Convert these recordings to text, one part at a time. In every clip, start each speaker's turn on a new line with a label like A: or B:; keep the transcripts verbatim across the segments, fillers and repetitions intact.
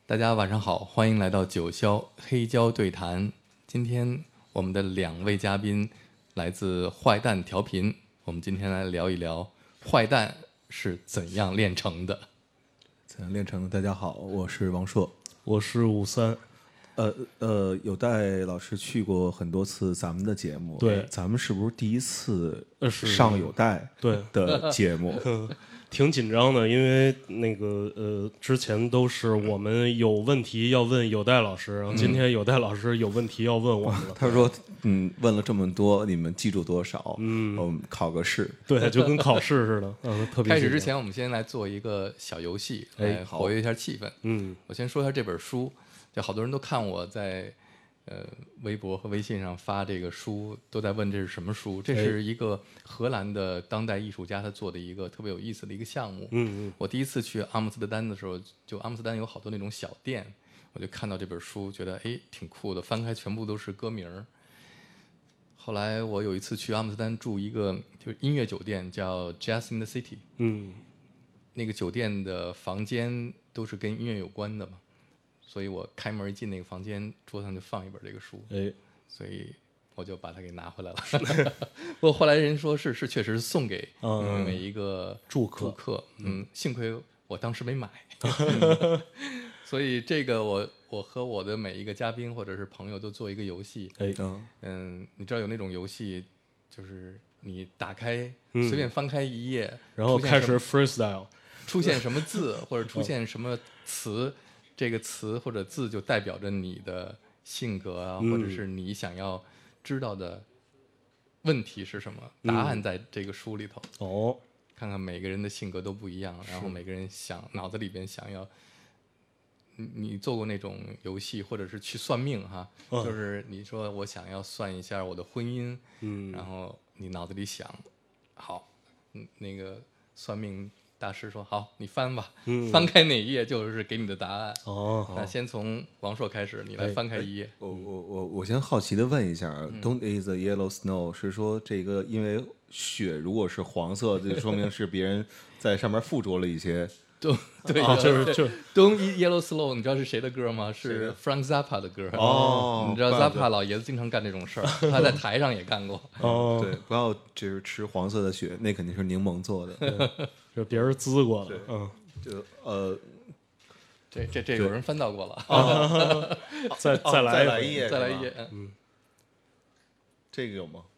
A: 大家晚上好，欢迎来到九霄黑胶对谈。今天我们的两位嘉宾来自坏蛋调频，我们今天来聊一聊坏蛋是怎样炼成的。
B: 怎样炼成的？大家好，我是王硕，
C: 我是五三。
B: 呃呃，有戴老师去过很多次咱们的节目，
C: 对，
B: 咱们是不是第一次
C: 呃是
B: 上有戴
C: 对
B: 的节目？
C: 挺紧张的，因为那个呃，之前都是我们有问题要问有戴老师，然后今天有戴老师有问题要问我们了。
B: 他说：“嗯，问了这么多，你们记住多少？嗯，我们考个试。
C: 对，就跟考试似的。嗯，特别
A: 开始之
C: 紧张，
A: 前，我们先来做一个小游戏，
C: 哎
A: 来活跃一下气氛。
C: 嗯
A: 我先说一下这本书，就好多人都看我在呃微博和微信上发这个书，都在问这是什么书。这是一个荷兰的当代艺术家他做的一个特别有意思的一个项目。
C: 嗯嗯，
A: 我第一次去阿姆斯特丹的时候，就阿姆斯特丹有好多那种小店，我就看到这本书，觉得哎挺酷的，翻开全部都是歌名儿。后来我有一次去阿姆斯特丹住一个就是音乐酒店，叫 Jazz in the City。
C: 嗯，
A: 那个酒店的房间都是跟音乐有关的嘛，所以我开门一进那个房间，桌上就放一本这个书，
C: 哎，
A: 所以我就把它给拿回来了。不过后来人说是是确实是送给
C: 嗯
A: 每一个
C: 住客
A: 住客，嗯，幸亏我当时没买。所以这个我我和我的每一个嘉宾或者是朋友都做一个游戏，
C: 哎，
B: 嗯，
A: 嗯，你知道有那种游戏，就是你打开
C: 嗯
A: 随便翻开一页，
C: 然后开
A: 出现什么
C: 始 freestyle。
A: 出现什么字或者出现什么词，这个词或者字就代表着你的性格啊，
C: 嗯
A: 或者是你想要知道的问题是什么，答案在这个书里头。
C: 哦，
A: 看看每个人的性格都不一样，然后每个人想脑子里边想要，你你做过那种游戏，或者是去算命哈，
C: 嗯
A: 就是你说我想要算一下我的婚姻，
C: 嗯
A: 然后你脑子里想，好，嗯，那个算命大师说好，你翻吧，
C: 嗯
A: 翻开哪一页就是给你的答案。
C: 哦，
A: 那先从王硕开始，你来
C: 哎
A: 翻开一页。
B: 我我我我先好奇的问一下，Don't is the yellow snow 是说这个因为雪如果是黄色，就说明是别人在上面附着了一些。
A: 对对，
C: 啊就是就是
A: Don't Eat Yellow Snow，你知道是谁的歌吗？是 Frank Zappa 的歌。
B: 哦
A: 你知道
B: 怪不得
A: Zappa 老爷子经常干这种事儿，他在台上也干过。
C: 哦，
B: 对，不要就是吃黄色的雪，那肯定是柠檬做的。
C: 是别人滋过的。嗯，
B: 就呃，
A: 这这这有人翻到过了。
C: 再
B: 哦
C: 再来一回
B: 再来一页，是吧
A: 再来一页。嗯
B: 这个有吗？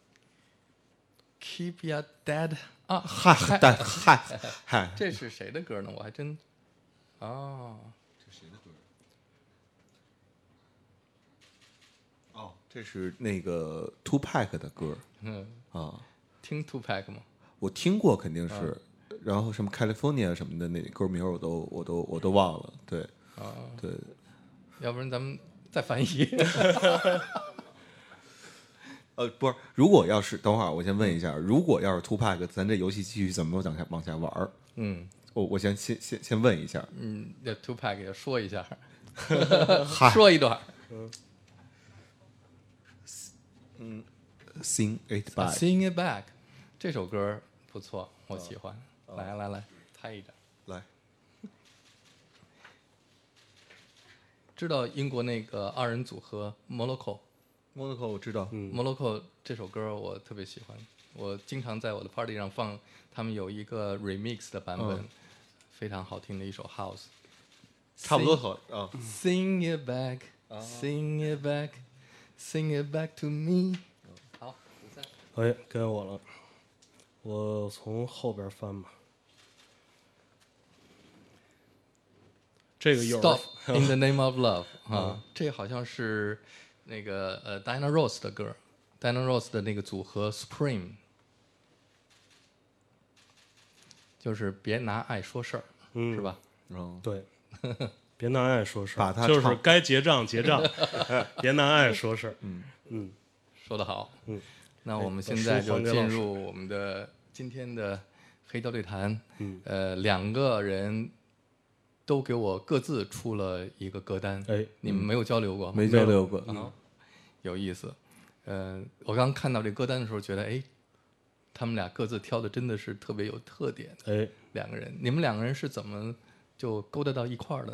A: Keep Your Dead 啊，
B: 嗨，但嗨嗨，
A: 这是谁的歌呢？我还真哦，
B: 哦，这是那个 Two Pack 的歌
A: 嗯，
B: 啊，
A: 听 Tupac 吗？
B: 我听过，肯定是。然后什么 California 什么的那歌名我都我都我都忘了。对
A: 啊，
B: 对，
A: 要不然咱们再翻一页。
B: 呃，不是，如果要是等会儿我先问一下，如果要是 Two Pack，咱这游戏继续怎么往下往下玩儿？
A: 嗯
B: 我我先先先先问一下，
A: 嗯，这 Tupac 也说一下，
B: 嗨
A: 说一段。
B: Sing It Back，
A: Sing It Back 这首歌不错，我喜欢。来来来，猜一张。
B: 来，
A: 知道英国那个二人组合 Moloko，
B: Monaco 我知道，
A: Moloko 这首歌我特别喜欢，我经常在我的 party 上放，他们有一个 remix 的版本，
B: 嗯
A: 非常好听的一首 house。
B: 差不多好啊。
A: Sing it back, sing it back, sing it back to me。好，五三。
C: 哎，该我了，我从后边翻吧。这个有人
A: Stop in the name of love 啊，这好像是那个呃 Diana Ross 的歌，Diana Ross 的那个组合 Supreme， 就是别拿爱说事儿，
C: 嗯
A: 是吧？
B: 嗯，
C: 对，别拿爱说事儿，
B: 把它
C: 就是
B: 唱
C: 该结账结账，别拿爱说事儿。嗯嗯，
A: 说得好。
C: 嗯，
A: 那我们
C: 把
A: 现在就进
C: 书还给老师
A: 入我们的今天的黑胶对谈。
C: 嗯，
A: 呃，两个人都给我各自出了一个歌单。
C: 哎，
A: 你们没有交流过吗？
B: 没交流过。
A: 啊，有意思。呃，我刚看到这歌单的时候，觉得哎，他们俩各自挑的真的是特别有特点的
C: 哎，
A: 两个人。你们两个人是怎么就勾搭到一块儿的呢？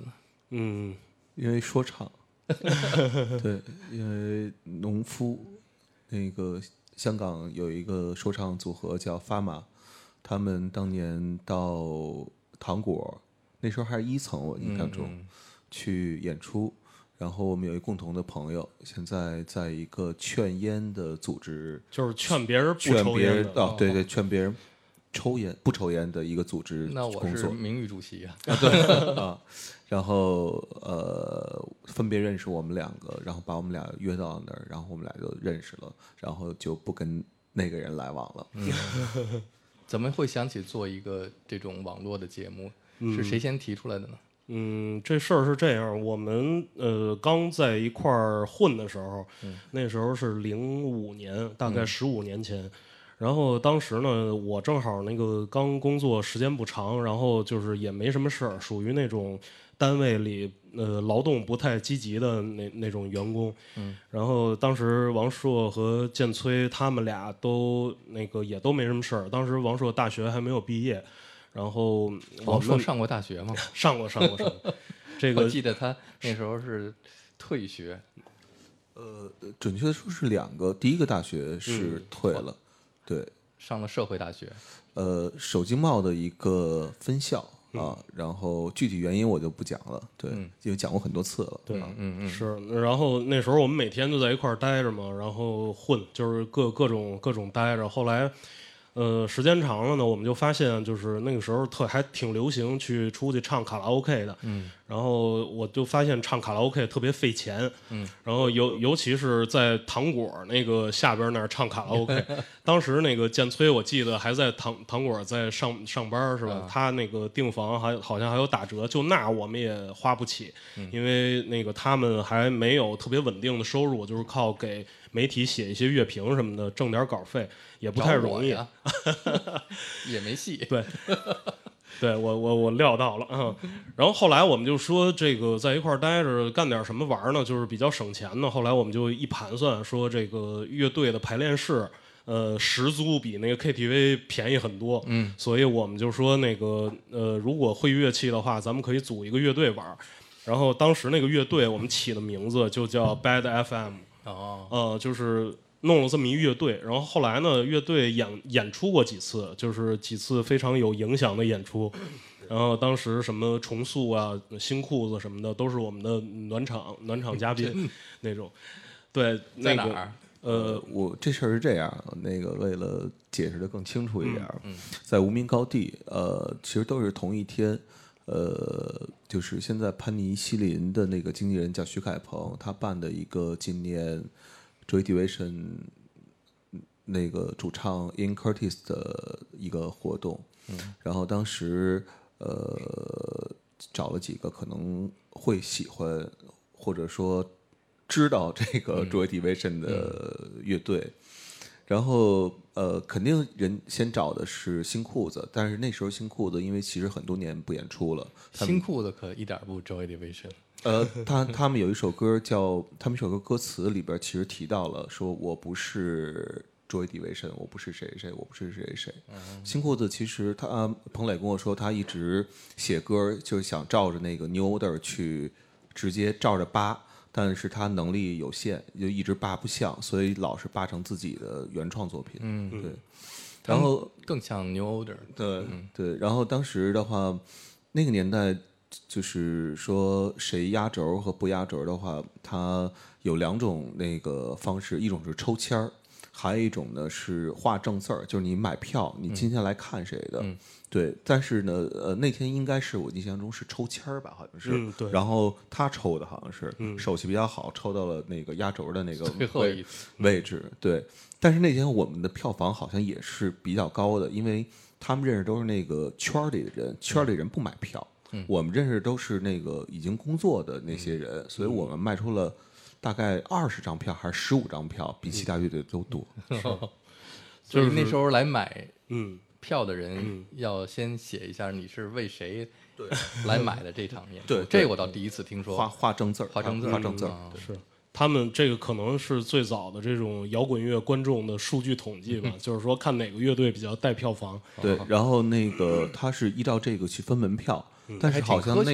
C: 嗯，
B: 因为说唱，对，因为农夫，那个香港有一个说唱组合叫发马，他们当年到糖果，那时候还是一层，我印象中、
A: 嗯嗯、
B: 去演出。然后我们有一共同的朋友，现在在一个劝烟的组织，
C: 就是劝别人不
B: 劝别
C: 抽烟的
B: 人啊，对对，劝别人抽烟不抽烟的一个组织
A: 那我是
B: 工作。
A: 名誉主席啊，
B: 啊对啊，然后呃分别认识我们两个，然后把我们俩约到那儿，然后我们俩就认识了，然后就不跟那个人来往了。
A: 嗯，怎么会想起做一个这种网络的节目？是谁先提出来的呢？
C: 嗯，这事儿是这样，我们呃刚在一块儿混的时候，
A: 嗯、
C: 那时候是零五年，大概十五年前。嗯、然后当时呢，我正好那个刚工作时间不长，然后就是也没什么事儿，属于那种单位里呃劳动不太积极的那那种员工。
A: 嗯。
C: 然后当时王朔和建崔他们俩都那个也都没什么事儿，当时王朔大学还没有毕业。然后
A: 王朔上过大学吗？
C: 上过，上过，上过。这个
A: 我记得他那时候是退学，
B: 呃，准确的说是两个，第一个大学是退了，嗯、对，
A: 上了社会大学，
B: 呃，首经贸的一个分校啊，嗯、然后具体原因我就不讲了，对，嗯、因为讲过很多次了，
C: 对，
B: 啊、
C: 嗯嗯是。然后那时候我们每天就在一块儿待着嘛，然后混，就是各各种各种待着，后来。呃，时间长了呢，我们就发现，就是那个时候特还挺流行去出去唱卡拉 OK 的，
A: 嗯，
C: 然后我就发现唱卡拉 OK 特别费钱，
A: 嗯，
C: 然后尤尤其是在糖果那个下边那儿唱卡拉 OK， 当时那个建崔我记得还在糖糖果在上上班是吧？
A: 啊、
C: 他那个订房还好像还有打折，就那我们也花不起，
A: 嗯、
C: 因为那个他们还没有特别稳定的收入，就是靠给媒体写一些乐评什么的挣点稿费。也不太容易，
A: 啊、也没戏。
C: 对，对我我我料到了，嗯。然后后来我们就说，这个在一块儿待着干点什么玩呢？就是比较省钱的。后来我们就一盘算，说这个乐队的排练室，呃，时租比那个 K T V 便宜很多。
A: 嗯，
C: 所以我们就说，那个呃，如果会乐器的话，咱们可以组一个乐队玩。然后当时那个乐队我们起的名字就叫 Bad F M。
A: 哦，
C: 呃，就是。弄了这么一乐队，然后后来呢，乐队演演出过几次，就是几次非常有影响的演出。然后当时什么重塑啊、新裤子什么的，都是我们的暖场暖场嘉宾那种。对，
A: 在哪儿？
C: 呃，
B: 我这事儿是这样，那个为了解释的更清楚一点，
A: 嗯嗯、
B: 在无名高地，呃，其实都是同一天。呃，就是现在潘尼西林的那个经纪人叫徐凯鹏，他办的一个纪念。Joy Division 那个主唱 Ian Curtis 的一个活动，
A: 嗯、
B: 然后当时呃找了几个可能会喜欢或者说知道这个 Joy Division 的乐队，嗯、然后呃肯定人先找的是新裤子，但是那时候新裤子因为其实很多年不演出了，
A: 新裤子可一点不 Joy Division。
B: 呃，他他们有一首歌叫，他们一首歌歌词里边其实提到了，说我不是 Joy Division， 我不是谁谁，我不是谁谁。嗯、新裤子其实他、啊、彭磊跟我说，他一直写歌就是想照着那个 New Order 去直接照着扒，但是他能力有限，就一直扒不像，所以老是扒成自己的原创作品。
A: 嗯，
B: 对。然后
A: 更像 New Order。
B: 对、
A: 嗯、
B: 对，然后当时的话，那个年代。就是说，谁压轴和不压轴的话，它有两种那个方式，一种是抽签儿，还有一种呢是画正字儿，就是你买票，你今天来看谁的。
A: 嗯、
B: 对，但是呢，呃，那天应该是我印象中是抽签儿吧，好像是。
C: 嗯、对。
B: 然后他抽的好像是、
C: 嗯、
B: 手气比较好，抽到了那个压轴的那个
A: 最后一
B: 位置。对，但是那天我们的票房好像也是比较高的，因为他们认识都是那个圈里的人，圈里人不买票。
A: 嗯、
B: 我们认识都是那个已经工作的那些人，嗯、所以我们卖出了大概二十张票还是十五张票，比其他乐队都多。
A: 嗯、所以那时候来买
C: 嗯
A: 票的人要先写一下你是为谁
B: 对
A: 来买的这场演出。
B: 对，
A: 这我倒第一次听说。
B: 画画正字儿，
A: 画正字儿，
B: 画正字儿、
A: 嗯、
C: 是。他们这个可能是最早的这种摇滚乐观众的数据统计吧，就是说看哪个乐队比较带票房。
B: 对，然后那个他是依照这个去分门票，
A: 嗯、
B: 但是好像那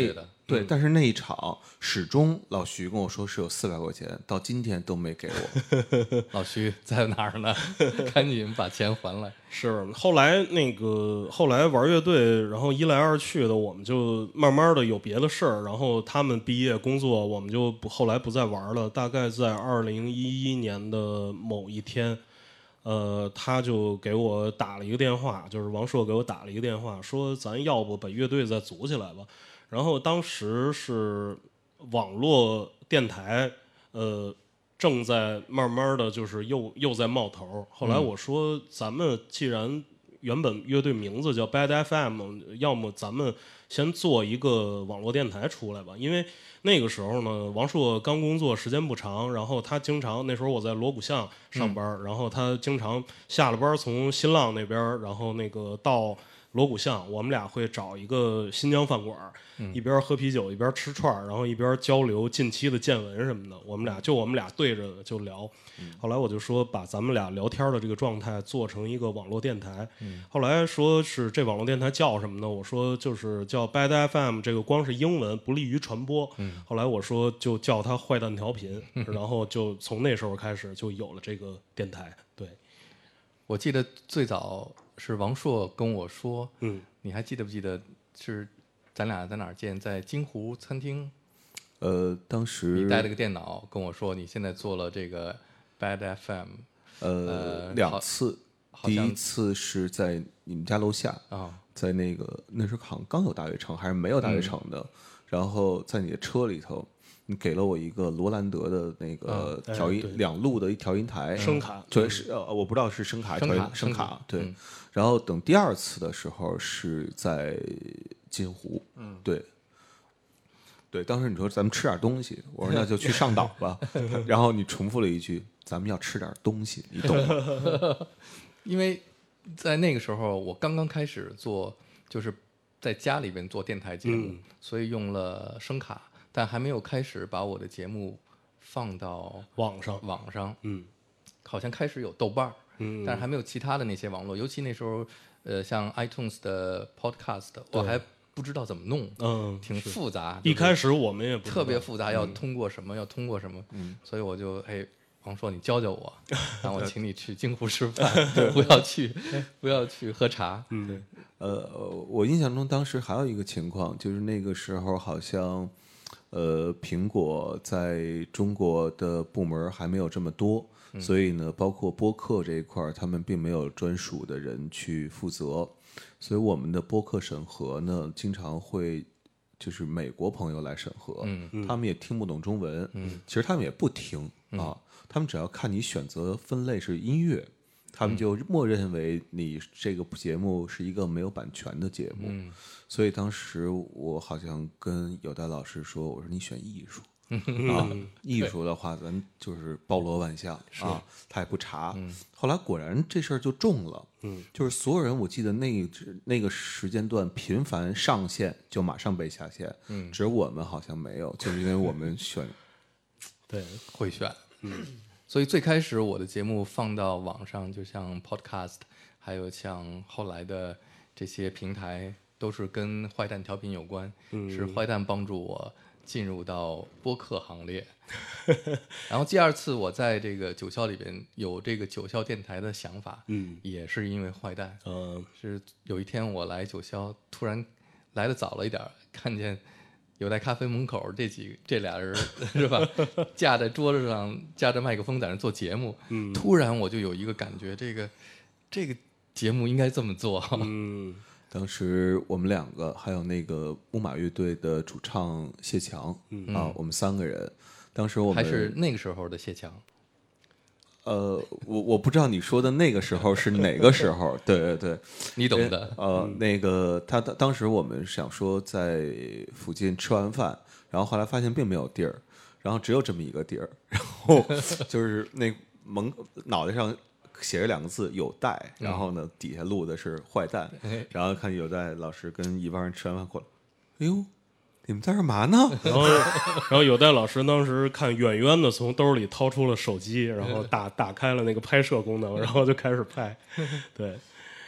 B: 对，
A: 嗯
B: 但是那一场始终老徐跟我说是有四百块钱，到今天都没给我。
A: 老徐在哪儿呢？赶紧把钱还来。
C: 是后来那个后来玩乐队，然后一来二去的，我们就慢慢的有别的事儿，然后他们毕业工作，我们就不后来不再玩了。大概在二零一一年的某一天，呃，他就给我打了一个电话，就是王朔给我打了一个电话，说咱要不把乐队再组起来吧。然后当时是网络电台，呃，正在慢慢的就是又又在冒头。后来我说，咱们既然原本乐队名字叫 Bad F M， 要么咱们先做一个网络电台出来吧。因为那个时候呢，王朔刚工作时间不长，然后他经常那时候我在锣鼓巷上班，嗯、然后他经常下了班从新浪那边，然后那个到锣鼓巷，我们俩会找一个新疆饭馆，嗯、一边喝啤酒一边吃串，然后一边交流近期的见闻什么的。我们俩就我们俩对着就聊。嗯、后来我就说把咱们俩聊天的这个状态做成一个网络电台。嗯、后来说是这网络电台叫什么呢？我说就是叫 Bad F M， 这个光是英文不利于传播。嗯、后来我说就叫它坏蛋调频，嗯、然后就从那时候开始就有了这个电台。对，
A: 我记得最早是王朔跟我说，
C: 嗯，
A: 你还记得不记得是咱俩在哪儿见？在金湖餐厅。
B: 呃，当时
A: 你带了个电脑跟我说，你现在做了这个 Bad F M。
B: 呃，
A: 呃
B: 两次，第一次是在你们家楼下
A: 啊、哦，
B: 在那个那时候好像刚有大悦城还是没有大悦城的，嗯、然后在你的车里头。你给了我一个罗兰德的那个调音、
C: 嗯哎、
B: 两路的一调音台，
C: 声卡，
B: 对，是呃，我不知道是声卡、
A: 声卡、
B: 声卡，对。
A: 嗯、
B: 然后等第二次的时候是在金湖，嗯，对，对。当时你说咱们吃点东西，我说那就去上岛吧。然后你重复了一句：“咱们要吃点东西，你懂吗？”
A: 因为在那个时候我刚刚开始做，就是在家里边做电台节目，
C: 嗯、
A: 所以用了声卡。但还没有开始把我的节目放到
C: 网上，
A: 网上，
C: 嗯，
A: 好像开始有豆瓣，
C: 嗯，
A: 但是还没有其他的那些网络，尤其那时候，呃，像 iTunes 的 Podcast， 我还不知道怎么弄，
C: 嗯，
A: 挺复杂。
C: 一开始我们也不
A: 特别复杂，要通过什么，要通过什么，
B: 嗯，
A: 所以我就哎，王朔，你教教我，让我请你去金湖吃饭，不要去，不要去喝茶。
C: 嗯，
B: 对，呃，我印象中当时还有一个情况，就是那个时候好像。呃，苹果在中国的部门还没有这么多，嗯、所以呢，包括播客这一块，他们并没有专属的人去负责，所以我们的播客审核呢，经常会就是美国朋友来审核，
A: 嗯、
B: 他们也听不懂中文，
A: 嗯、
B: 其实他们也不听、
A: 嗯、
B: 啊，他们只要看你选择分类是音乐。他们就默认为你这个节目是一个没有版权的节目，
A: 嗯、
B: 所以当时我好像跟有的老师说：“我说你选艺术啊，艺术的话咱就是包罗万象啊，他也不查。
A: 嗯”
B: 后来果然这事儿就中了，
C: 嗯，
B: 就是所有人，我记得那那个时间段频繁上线就马上被下线，
A: 嗯，
B: 只有我们好像没有，就是因为我们选
C: 对
A: 会选，
C: 嗯。
A: 所以最开始我的节目放到网上，就像 Podcast， 还有像后来的这些平台，都是跟坏蛋调频有关，
C: 嗯、
A: 是坏蛋帮助我进入到播客行列。然后第二次我在这个九霄里边有这个九霄电台的想法，
C: 嗯，
A: 也是因为坏蛋。
C: 嗯，
A: 是有一天我来九霄，突然来的早了一点，看见。有在咖啡门口这几这俩人是吧，架在桌子上架着麦克风在那做节目，
C: 嗯，
A: 突然我就有一个感觉，这个这个节目应该这么做。
C: 嗯，
B: 当时我们两个还有那个木马乐队的主唱谢强、
C: 嗯、
B: 啊，我们三个人，当时我们
A: 还是那个时候的谢强。
B: 呃，我我不知道你说的那个时候是哪个时候，对对对，
A: 你懂的。
B: 呃，
C: 嗯、
B: 那个他当当时我们想说在附近吃完饭，然后后来发现并没有地儿，然后只有这么一个地儿，然后就是那门脑袋上写着两个字有待，然后呢底下录的是坏蛋，
A: 嗯、
B: 然后看有待老师跟一帮人吃完饭过来，哎呦。你们在这嘛呢？
C: 然后，然后有戴老师当时看远远的从兜里掏出了手机，然后打打开了那个拍摄功能，然后就开始拍。对，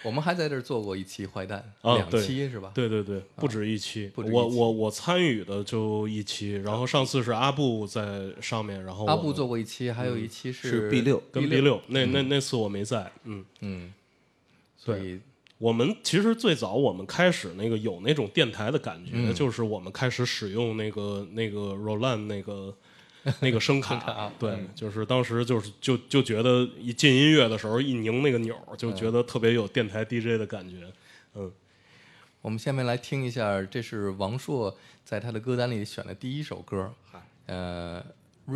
A: 我们还在这儿做过一期坏蛋，
C: 啊
A: 两期是吧？
C: 对对对，不止一期。
A: 不止一期
C: 我我我参与的就一期，然后上次是阿布在上面，然后
A: 阿布做过一期，还有一期
B: 是 B 六
C: 跟 B 六，那那那次我没在，嗯
A: 嗯，所以
C: 我们其实最早我们开始那个有那种电台的感觉，
A: 嗯
C: 就是我们开始使用那个那个 Roland 那个那个声卡，
A: 卡
C: 对，
A: 嗯
C: 就是当时就是就就觉得一进音乐的时候一拧那个钮儿，就觉得特别有电台 D J 的感觉，嗯。
A: 我们下面来听一下，这是王朔在他的歌单里选的第一首歌，呃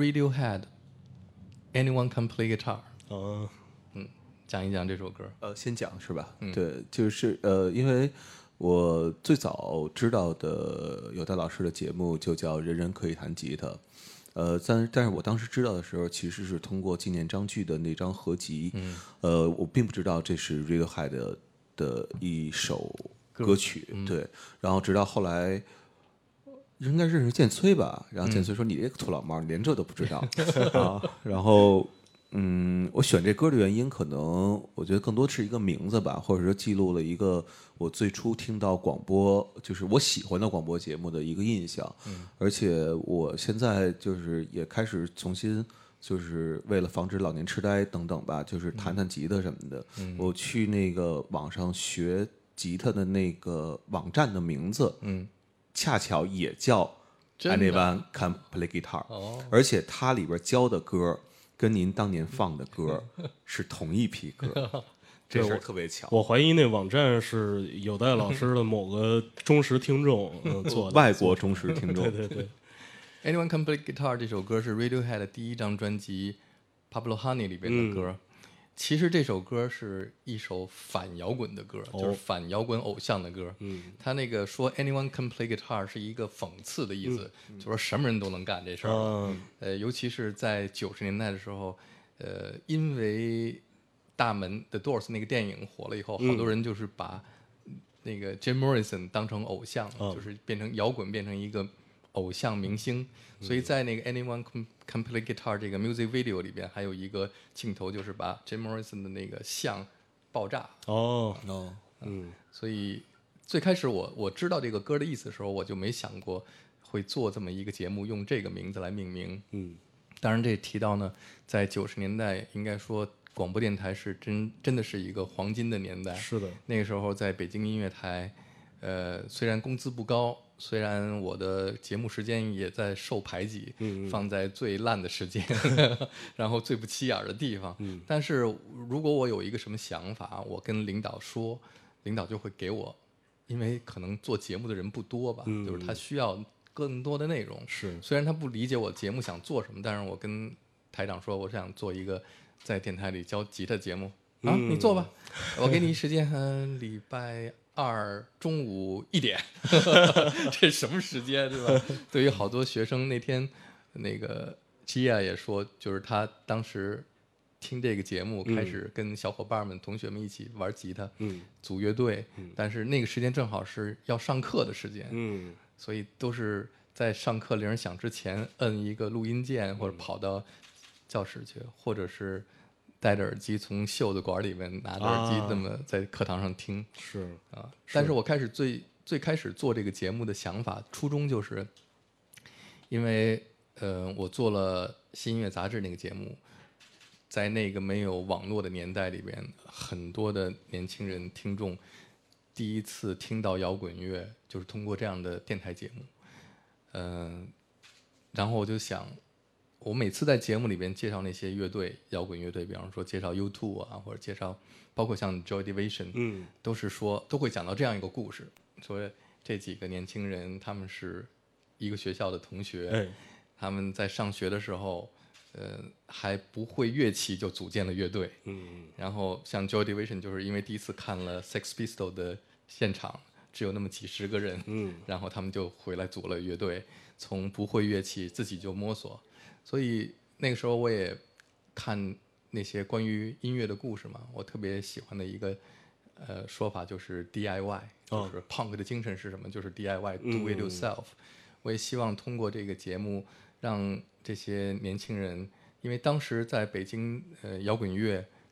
A: ，Radiohead，Anyone Can Play Guitar，
C: 啊，
A: 嗯，讲一讲这首歌。
B: 呃，先讲是吧？
A: 嗯
B: 对，就是呃，因为我最早知道的有戴老师的节目就叫《人人可以弹吉他》，呃，但但是我当时知道的时候，其实是通过纪念张炬的那张合集，嗯，呃，我并不知道这是 Radiohead 的的一首歌曲，
A: 嗯、
B: 对，然后直到后来。应该认识建崔吧，然后建崔说：“你这个土老帽，你连这都不知道啊！”然后，嗯，我选这歌的原因，可能我觉得更多是一个名字吧，或者说记录了一个我最初听到广播，就是我喜欢的广播节目的一个印象。嗯，而且我现在就是也开始重新，就是为了防止老年痴呆等等吧，就是弹弹吉他什么的。嗯，我去那个网上学吉他的那个网站的名字，嗯。恰巧也叫 Anyone Can Play Guitar，、哦、而且它里边教的歌跟您当年放的歌是同一批歌，这事儿特别巧。
C: 我怀疑那网站是有戴老师的某个忠实听众、嗯、做的，
B: 外国忠实听众。
C: 对对对。
A: Anyone Can Play Guitar 这首歌是 Radiohead 的第一张专辑 Pablo Honey 里边的歌。嗯，其实这首歌是一首反摇滚的歌，
C: 哦、
A: 就是反摇滚偶像的歌。嗯，他那个说 Anyone can play guitar 是一个讽刺的意思，嗯、就说什么人都能干这事儿。嗯，呃，尤其是在九十年代的时候，呃，因为大门 The Doors 那个电影火了以后，好多人就是把那个 Jim Morrison 当成偶像，
C: 嗯、
A: 就是变成摇滚，变成一个偶像明星。所以在那个 Anyone Can Can Play Guitar 这个 music video 里边，还有一个镜头，就是把 Jim Morrison 的那个像爆炸。
C: 哦
A: 哦，嗯，所以最开始我我知道这个歌的意思的时候，我就没想过会做这么一个节目，用这个名字来命名。
C: 嗯，
A: 当然这提到呢，在九十年代，应该说广播电台是真真的是一个黄金的年代。
C: 是的，
A: 那个时候在北京音乐台，呃，虽然工资不高。虽然我的节目时间也在受排挤，
C: 嗯、
A: 放在最烂的时间，然后最不起眼的地方，
C: 嗯、
A: 但是如果我有一个什么想法，我跟领导说，领导就会给我，因为可能做节目的人不多吧，
C: 嗯、
A: 就是他需要更多的内容。
C: 是，
A: 虽然他不理解我节目想做什么，但是我跟台长说，我想做一个在电台里教吉他节目啊，
C: 嗯、
A: 你做吧，我给你时间，嗯，礼拜二中午一点，这什么时间对吧？对于好多学生，那天那个 Gia 也说，就是他当时听这个节目，开始跟小伙伴们、同学们一起玩吉他，
C: 嗯，
A: 组乐队，
C: 嗯，
A: 但是那个时间正好是要上课的时间，
C: 嗯，
A: 所以都是在上课铃响之前摁一个录音键，或者跑到教室去，或者是戴着耳机从袖子管里面拿着耳机，那么在课堂上听。
C: 是
A: 啊，但是我开始最最开始做这个节目的想法初衷就是，因为呃，我做了新音乐杂志那个节目，在那个没有网络的年代里边，很多的年轻人听众第一次听到摇滚乐就是通过这样的电台节目，嗯、呃，然后我就想。我每次在节目里边介绍那些乐队，摇滚乐队，比方说介绍 U 二 啊，或者介绍，包括像 Joy Division，
C: 嗯，
A: 都是说都会讲到这样一个故事，说这几个年轻人他们是一个学校的同学，
C: 哎，
A: 他们在上学的时候，呃，还不会乐器就组建了乐队，
C: 嗯，
A: 然后像 Joy Division 就是因为第一次看了 Sex Pistols 的现场，只有那么几十个人，
C: 嗯，
A: 然后他们就回来组了乐队，从不会乐器自己就摸索。所以那个时候我也看那些关于音乐的故事嘛，我特别喜欢的一个呃说法就是 D I Y， 就是 punk 的精神是什么？就是 D I Y，do it yourself。我也希望通过这个节目，让这些年轻人，因为当时在北京呃摇滚乐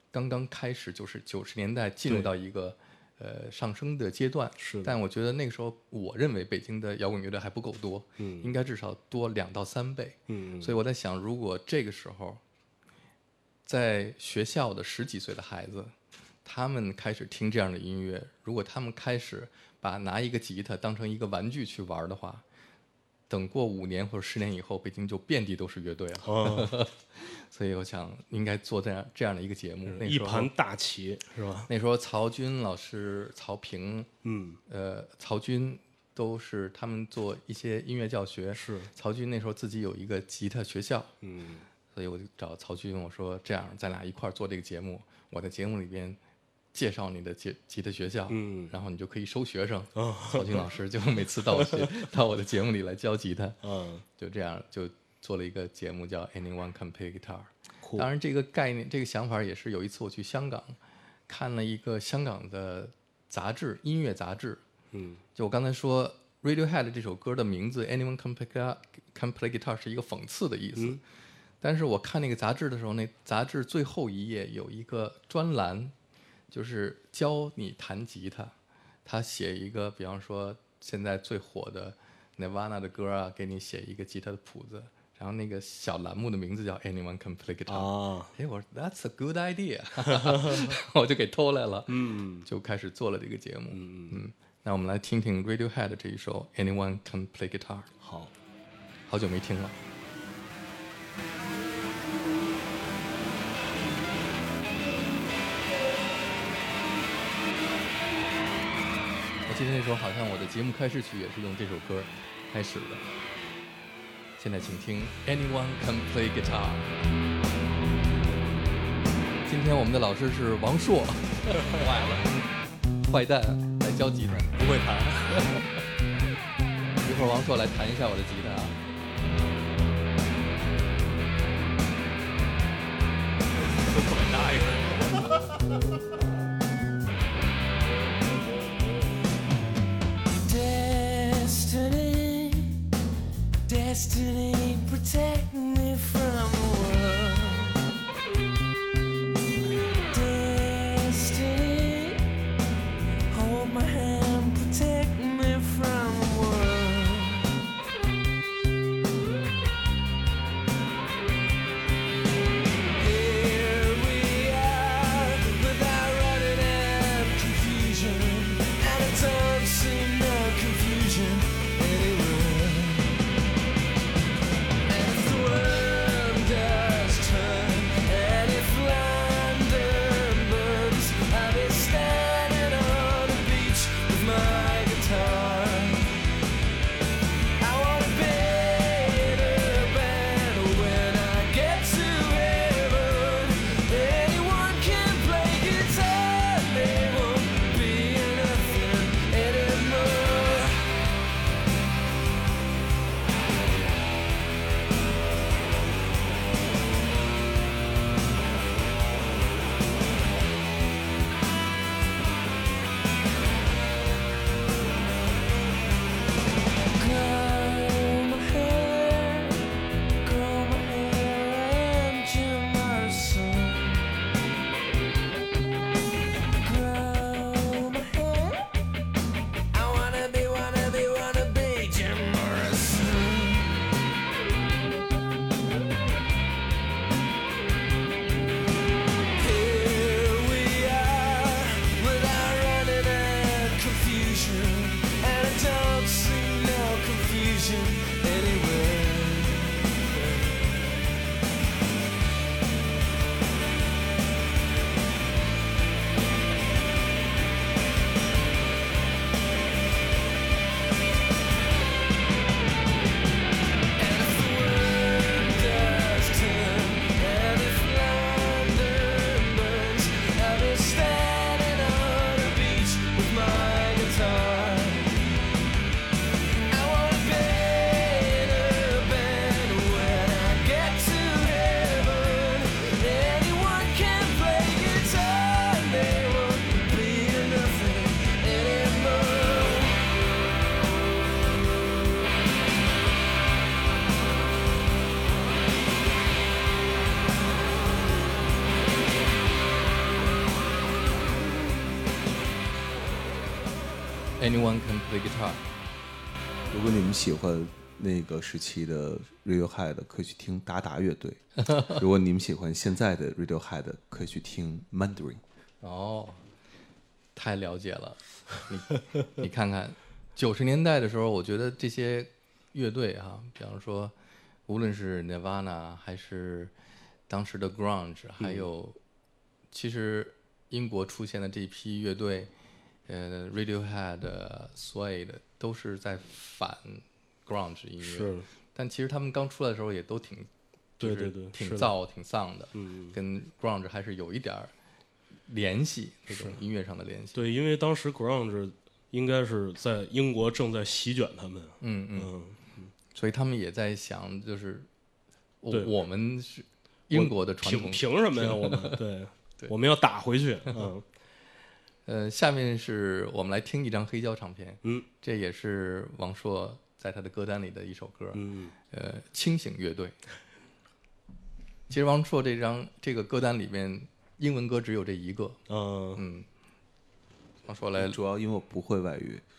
A: 刚刚开始，就是九十年代进入到一个呃上升的阶段。
C: 是的，
A: 但我觉得那个时候，我认为北京的摇滚乐队还不够多，
C: 嗯，
A: 应该至少多两到三倍。
C: 嗯，
A: 所以我在想，如果这个时候，在学校的十几岁的孩子，他们开始听这样的音乐，如果他们开始把拿一个吉他当成一个玩具去玩的话，等过五年或者十年以后，北京就遍地都是乐队了。
C: 哦、
A: 所以我想应该做这样这样的一个节目，那
C: 一盘大棋是吧？
A: 那时候曹军老师、曹平，
C: 嗯，
A: 呃，曹军都是他们做一些音乐教学。
C: 是
A: 曹军那时候自己有一个吉他学校，
C: 嗯，
A: 所以我就找曹军，我说这样咱俩一块儿做这个节目，我在节目里边介绍你的吉吉他学校，
C: 嗯，
A: 然后你就可以收学生。
C: 哦、
A: 曹军老师就每次到我到我的节目里来教吉他，
C: 嗯，
A: 就这样就做了一个节目叫 Anyone Can Play Guitar。
C: 酷
A: 当然，这个概念、这个想法也是有一次我去香港看了一个香港的杂志，音乐杂志。
C: 嗯，
A: 就我刚才说 Radiohead 这首歌的名字 Anyone Can Play Guitar, Can Play Guitar 是一个讽刺的意思。
C: 嗯，
A: 但是我看那个杂志的时候，那杂志最后一页有一个专栏，就是教你弹吉他。他写一个，比方说现在最火的 Nirvana 的歌啊，给你写一个吉他的谱子。然后那个小栏目的名字叫 Anyone Can Play Guitar。
C: 啊，
A: 哎，我说 That's a good idea， 我就给偷来了，
C: 嗯，
A: 就开始做了这个节目。
C: 嗯
A: 嗯，那我们来听听 Radiohead 这一首 Anyone Can Play Guitar。
C: 好，
A: 好久没听了。我记得那时候好像我的节目开始曲也是用这首歌开始的。现在请听 Anyone Can Play Guitar。今天我们的老师是王硕，坏了，坏蛋来教吉他，不会弹。一会儿王硕来弹一下我的吉他啊。都这么大一个。
D: Destiny, destiny, protect me from the world. Destiny, hold my hand, protect me from the world. Here we are, without running and confusion, and it don't seem no confusion anywhere. And if the world does
A: Anyone Can Play Guitar。
B: 如果你们喜欢那个时期的 Radiohead， 可以去听达达乐队；如果你们喜欢现在的 Radiohead， 可以去听 Mandarin。
A: 哦，太了解了。你你看看，九十年代的时候，我觉得这些乐队哈、啊，比方说，无论是 Nirvana 还是当时的 Grunge， 还有、嗯、其实英国出现的这批乐队。呃 ，Radiohead、Suede 都是在反 grunge 音乐，
C: 是。
A: 但其实他们刚出来的时候也都挺，
C: 对对对，
A: 挺燥、挺丧的，
C: 嗯，
A: 跟 grunge 还是有一点联系，那种音乐上的联系。
C: 对，因为当时 grunge 应该是在英国正在席卷他们，
A: 嗯
C: 嗯
A: 嗯，所以他们也在想，就是我我们是英国的传统，
C: 凭凭什么呀？我们对，
A: 对，
C: 我们要打回去，嗯。
A: 呃，下面是我们来听一张黑胶唱片，
C: 嗯，
A: 这也是王朔在他的歌单里的一首歌，
C: 嗯，
A: 呃，清醒乐队。其实王朔这张这个歌单里面，英文歌只有这一个，
C: 嗯
A: 嗯，王朔来，
B: 主要因为我不会外语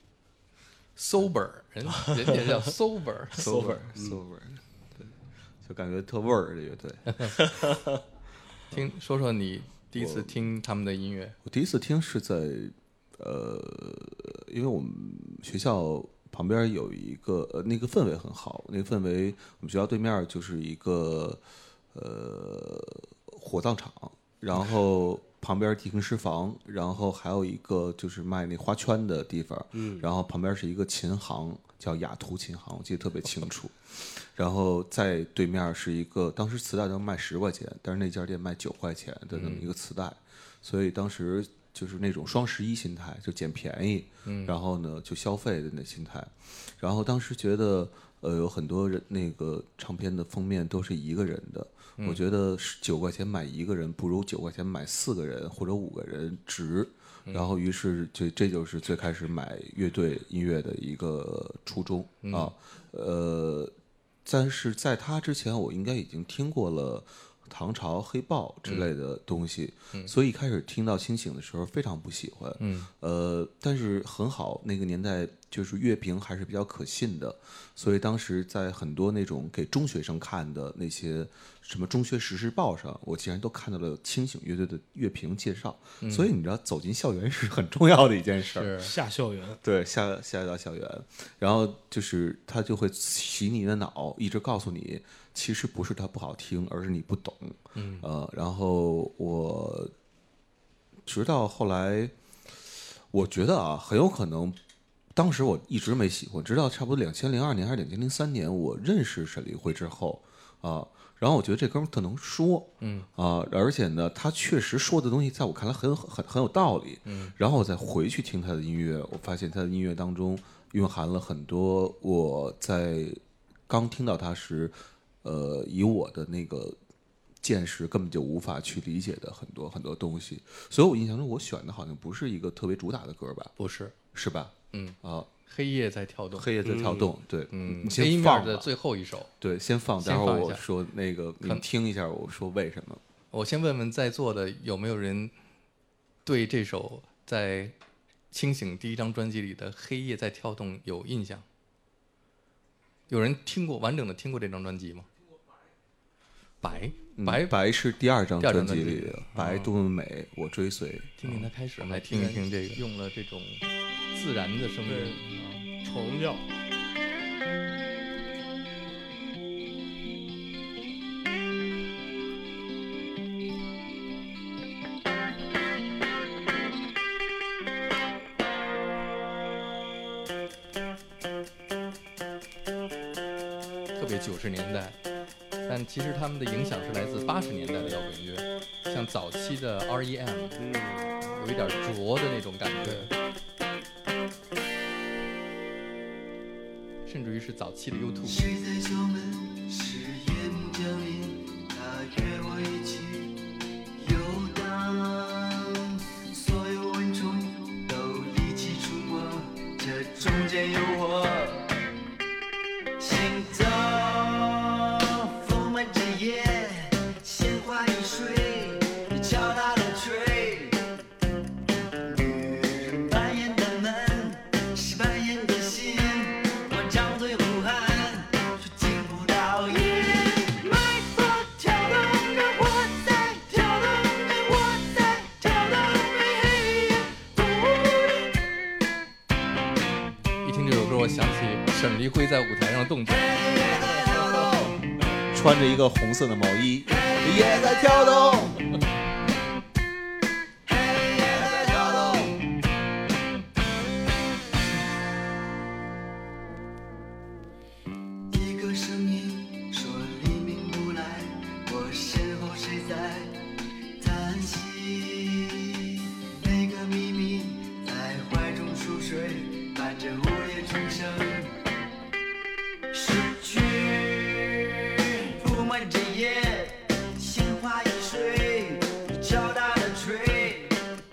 A: ，sober 人人家叫 sober
B: sober sober，对，就感觉特味儿这乐队。
A: 听说说你。第一次听他们的音乐，
B: 我第一次听是在呃，因为我们学校旁边有一个呃，那个氛围很好，那个氛围我们学校对面就是一个呃火葬场，然后旁边地平尸房，然后还有一个就是卖那花圈的地方，
C: 嗯，
B: 然后旁边是一个琴行，叫雅图琴行，我记得特别清楚。然后在对面是一个，当时磁带能卖十块钱，但是那家店卖九块钱的那么一个磁带，嗯、所以当时就是那种双十一心态，就捡便宜，
A: 嗯、
B: 然后呢就消费的那心态。然后当时觉得，呃，有很多人那个唱片的封面都是一个人的，
A: 嗯、
B: 我觉得九块钱买一个人，不如九块钱买四个人或者五个人值。然后，于是就这就是最开始买乐队音乐的一个初衷、
A: 嗯、
B: 啊，呃。但是在他之前，我应该已经听过了唐朝黑豹之类的东西，
A: 嗯、
B: 所以一开始听到清醒的时候非常不喜欢。
A: 嗯，
B: 呃，但是很好，那个年代就是乐评还是比较可信的，所以当时在很多那种给中学生看的那些什么中学时事报上，我竟然都看到了清醒乐队的乐评介绍。
A: 嗯、
B: 所以你知道，走进校园是很重要的一件事儿。
C: 下校园，
B: 对，下下到校园，然后就是他就会洗你的脑，一直告诉你，其实不是它不好听，而是你不懂。
A: 嗯，
B: 呃，然后我直到后来，我觉得啊，很有可能，当时我一直没喜欢，直到差不多两千零二年还是两千零三年，我认识沈黎辉之后啊。然后我觉得这哥们儿特能说，
A: 嗯
B: 啊，而且呢，他确实说的东西在我看来很很很有道理，
A: 嗯。
B: 然后我再回去听他的音乐，我发现他的音乐当中蕴含了很多我在刚听到他时，呃，以我的那个见识根本就无法去理解的很多很多东西。所以我印象中我选的好像不是一个特别主打的歌吧？
A: 不是，
B: 是吧？
A: 嗯
B: 啊。
A: 黑夜在跳动，
B: 黑夜在跳动，
A: 嗯、
B: 对，
A: 嗯，
B: 你先放
A: 的最后一首，
B: 对，先放，待会儿我说那个，你听一下，我说为什么。
A: 我先问问在座的有没有人对这首在清醒第一张专辑里的《黑夜在跳动》有印象？有人听过完整的听过这张专辑吗？白白、
B: 嗯、白是第二张专辑里的，
A: 嗯、
B: 白多么美，我追随。
A: 听听它开始，来听一听这个，用了这种自然的声音，
C: 啊，虫叫。
A: 特别九十年代。但其实他们的影响是来自八十年代的摇滚乐，像早期的 R E M，
C: 嗯，
A: 有一点浊的那种感觉，甚至于是早期的 U 二。
E: 谁在敲门？是夜幕降临，他约我一起游荡，所有蚊虫都一起出没，这中间有我，心脏。鲜花一睡，敲打了锤，女人扮演的门
A: 在舞台上的动作。
B: 穿着一个红色的毛衣，也在跳动。
E: 一个声音说黎明不来，我身后谁在叹息？那个秘密在怀中熟睡，伴着午夜钟声。失去铺满这夜，鲜花一睡，敲打的锤，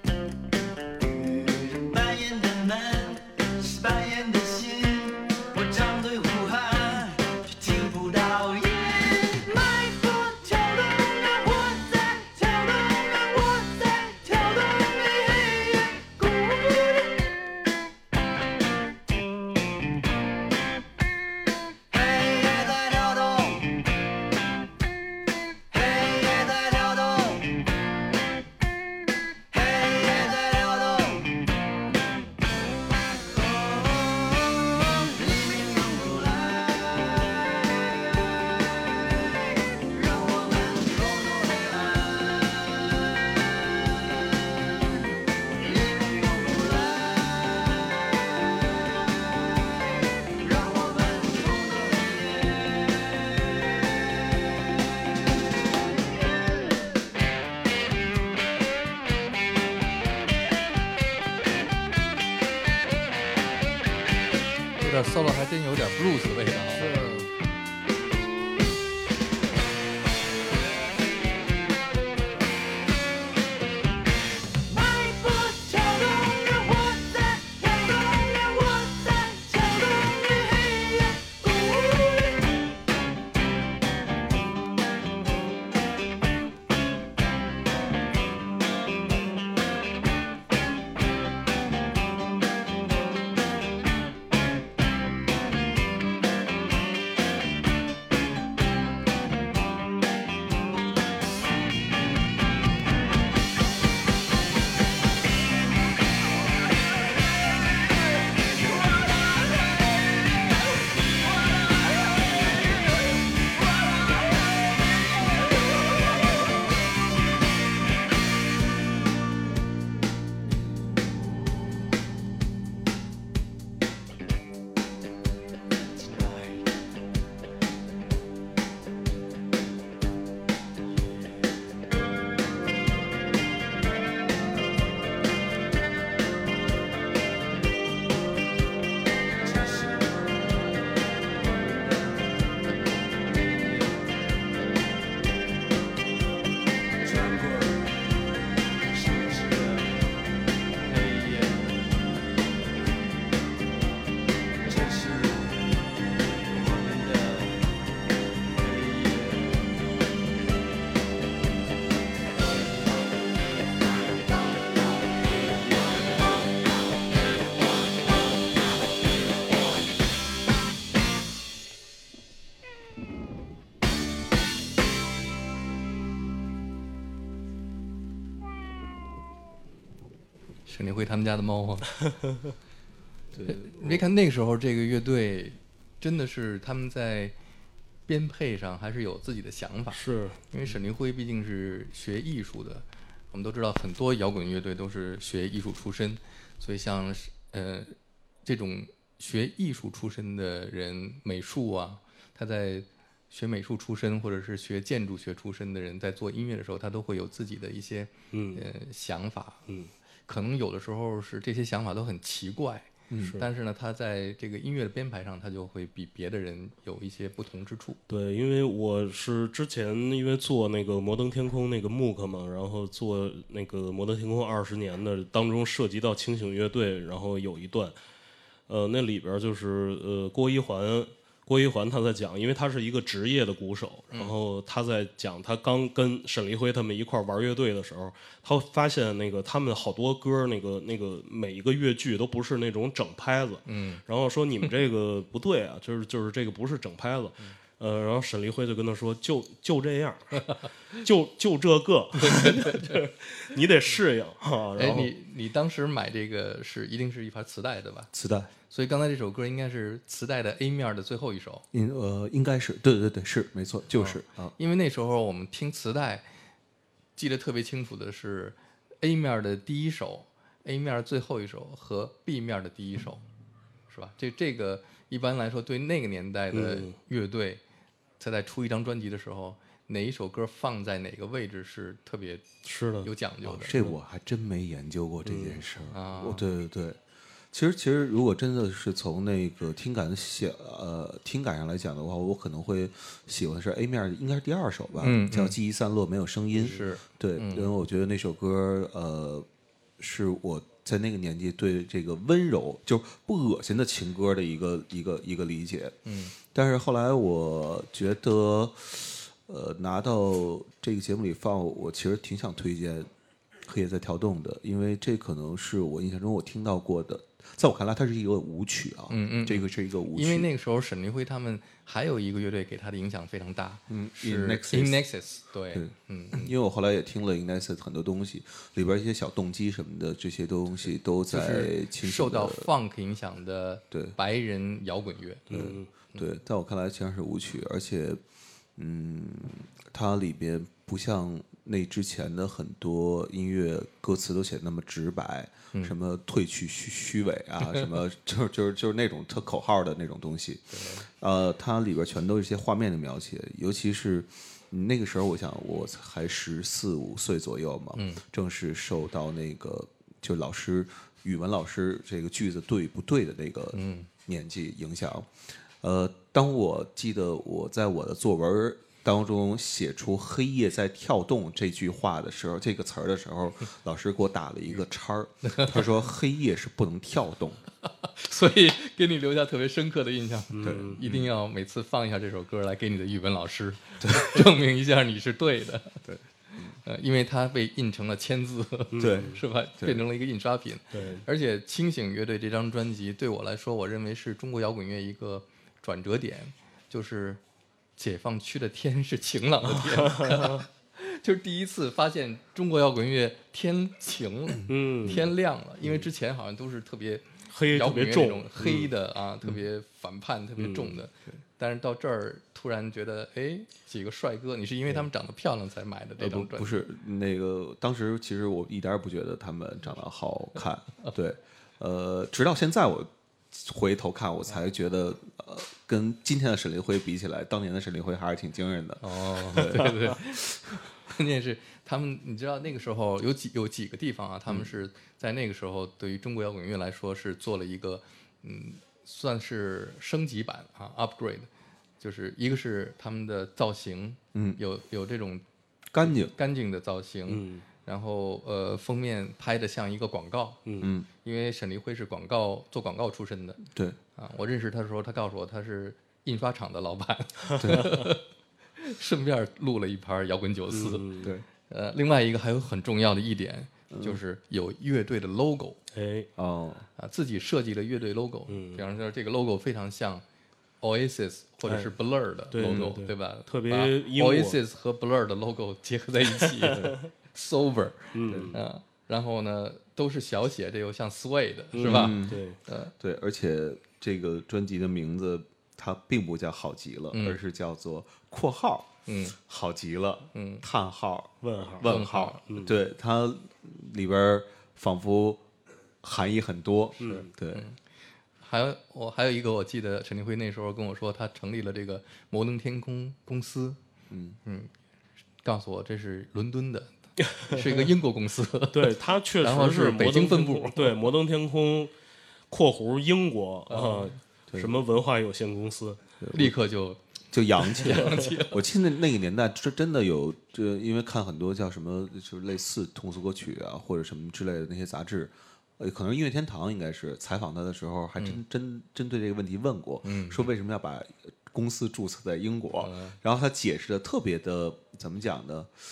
E: 扮演的门是扮演的心，我张嘴呼喊，却听不到音。脉搏跳动啊，我在跳动啊，我在跳动，黑夜孤独。黑夜在跳动，黑夜在跳动，黑夜在跳动。黎明永不来，让我们共度黑暗。黎明永不来，让我们共度黑
A: 这点 solo 还真有点 blues 的味道。
E: 脉搏跳动啊，我在跳动啊，我在跳动，黑夜孤独。穿过城市的黑夜，这是我们的黑夜。
A: 沈立辉他们家的猫啊。
B: 对，
A: 你别看那个时候这个乐队，真的是他们在编配上还是有自己的想法。
C: 是
A: 因为沈立辉毕竟是学艺术的，我们都知道很多摇滚乐队都是学艺术出身，所以像是呃这种学艺术出身的人，美术啊，他在学美术出身或者是学建筑学出身的人，在做音乐的时候，他都会有自己的一些
C: 嗯
A: 呃想法，
C: 嗯，
A: 可能有的时候是这些想法都很奇怪。
B: 嗯
A: 但是呢，他在这个音乐的编排上，他就会比别的人有一些不同之处。
C: 对，因为我是之前因为做那个摩登天空那个 M O O C 嘛，然后做那个摩登天空二十年的当中涉及到清醒乐队，然后有一段，呃，那里边就是呃郭一环。郭一环他在讲，因为他是一个职业的鼓手，然后他在讲他刚跟沈立辉他们一块玩乐队的时候，他发现那个他们好多歌那个那个每一个乐句都不是那种整拍子，
A: 嗯，
C: 然后说你们这个不对啊，就是就是这个不是整拍子， 呃，然后沈黎辉就跟他说，就就这样，就就这个，你得适应啊。然
A: 哎，
C: 后
A: 你你当时买这个是一定是一盘磁带对吧？
B: 磁带，
A: 所以刚才这首歌应该是磁带的 A 面的最后一首，
B: 应呃应该是对对对是没错，就是啊，
A: 因为那时候我们听磁带，记得特别清楚的是 A 面的第一首、A 面最后一首和 B 面的第一首，是吧？这这个一般来说对那个年代的
C: 嗯
A: 乐队，他在出一张专辑的时候，哪一首歌放在哪个位置是特别
C: 是的，
A: 有讲究的。
B: 这我还真没研究过这件事儿。
A: 嗯啊
B: 我对对对，其实其实如果真的是从那个听感写呃听感上来讲的话，我可能会喜欢的是 A 面，应该是第二首吧，
A: 嗯
B: 叫《
A: 嗯
B: 记忆散落没有声音》。
A: 是
B: 对，因为我觉得那首歌呃是我在那个年纪对这个温柔就不恶心的情歌的一个一个一个理解。
A: 嗯，
B: 但是后来我觉得，呃，拿到这个节目里放，我其实挺想推荐《黑夜在跳动》的，因为这可能是我印象中我听到过的，在我看来它是一个舞曲啊，
A: 嗯嗯
B: 这个是一个舞曲，
A: 因为那个时候沈黎辉他们还有一个乐队给他的影响非常大，
B: 嗯
A: 是
B: In Nexus
A: In Nexus，对，
B: 对
A: 嗯，
B: 因为我后来也听了 Ignited 很多东西，里边一些小动机什么的，这些东西都
A: 就
B: 在
A: 是
B: 清
A: 受到
B: 楚地
A: funk 影响的
B: 对
A: 白人摇滚乐，
C: 嗯，
B: 对，在我看来实际上是舞曲，而且，嗯，它里边不像那之前的很多音乐歌词都写得那么直白，什么褪去虚虚伪啊，什么就是就是就是那种特口号的那种东西，呃，它里边全都是一些画面的描写，尤其是。嗯那个时候，我想我还十四五岁左右嘛，
A: 嗯
B: 正是受到那个就老师语文老师这个句子对不对的那个
A: 嗯
B: 年纪影响。呃，当我记得我在我的作文当中写出“黑夜在跳动”这句话的时候，这个词儿的时候，老师给我打了一个叉儿，他说：“黑夜是不能跳动的。
A: 所以给你留下特别深刻的印象。
B: 嗯
A: 对，一定要每次放一下这首歌来给你的语文老师，证明一下你是对的。
B: 对，
A: 呃，因为它被印成了签字，
B: 对
A: 是吧？变成了一个印刷品。
C: 对，
A: 而且清醒乐队这张专辑对我来说，我认为是中国摇滚乐一个转折点，就是解放区的天是晴朗的天。就是第一次发现中国摇滚乐天晴了，
C: 嗯，
A: 天亮了，因为之前好像都是特别
C: 黑
A: 摇
C: 特别重
A: 滚乐那种，黑的啊，特别反叛、特别重的。但是到这儿突然觉得，哎，几个帅哥，你是因为他们长得漂亮才买的这
B: 呃，不
A: 张专辑？
B: 不是那个，当时其实我一点儿也不觉得他们长得好看，对，呃，直到现在我回头看，我才觉得，呃，跟今天的沈黎辉比起来，当年的沈黎辉还是挺惊人的。
A: 哦，对对，关键是他们，你知道那个时候有几有几个地方啊，他们是在那个时候对于中国摇滚乐来说是做了一个，嗯，算是升级版啊 ，upgrade，就是一个是他们的造型，
B: 嗯，
A: 有有这种
B: 干净，
A: 干净的造型，
C: 嗯
A: 然后呃封面拍的像一个广告，
B: 嗯，
A: 因为沈黎辉是广告做广告出身的
B: 对，
A: 啊，我认识他的时候，他告诉我他是印刷厂的老板，顺便录了一盘摇滚九四。
C: 嗯，
B: 对，
A: 呃，另外一个还有很重要的一点，就是有乐队的 logo
C: 哎，
B: 哦，
A: 啊，自己设计了乐队 logo。
C: 嗯
A: 比方说这个 logo 非常像 Oasis 或者是 Blur 的
C: 对
A: logo，、
C: 对对
A: 吧？
C: 特别
A: 把
C: 英国
A: Oasis 和 Blur 的 logo 结合在一起，sober，
C: 嗯，
A: 啊，然后呢都是小写，这又像 Suede 是吧？
B: 嗯
C: 对，
A: 呃，
B: 对，而且这个专辑的名字它并不叫好极了，
A: 嗯
B: 而是叫做括号
A: 嗯
B: 好极了，
A: 嗯，
B: 叹号
C: 问号，
B: 问
A: 问号
B: 号，对，它里边儿仿佛含义很多，
C: 嗯
B: 对，
A: 还有我还有一个，我记得陈立辉那时候跟我说，他成立了这个摩登天空公司，
B: 嗯
A: 嗯，告诉我这是伦敦的，是一个英国公司，
C: 对，它确
A: 然后是
C: 实摩登
A: 北京分部
C: 天空对，摩登天空（括弧英国）啊，什么文化有限公司，
A: 立刻就
B: 就洋气了。我记得那个年代，这真的有这，因为看很多叫什么，就是类似通俗歌曲啊，或者什么之类的那些杂志，呃，可能音乐天堂应该是采访他的时候，还真真针对这个问题问过，
A: 嗯
B: 说为什么要把公司注册在英国，
A: 嗯
B: 然后他解释的特别的怎么讲呢？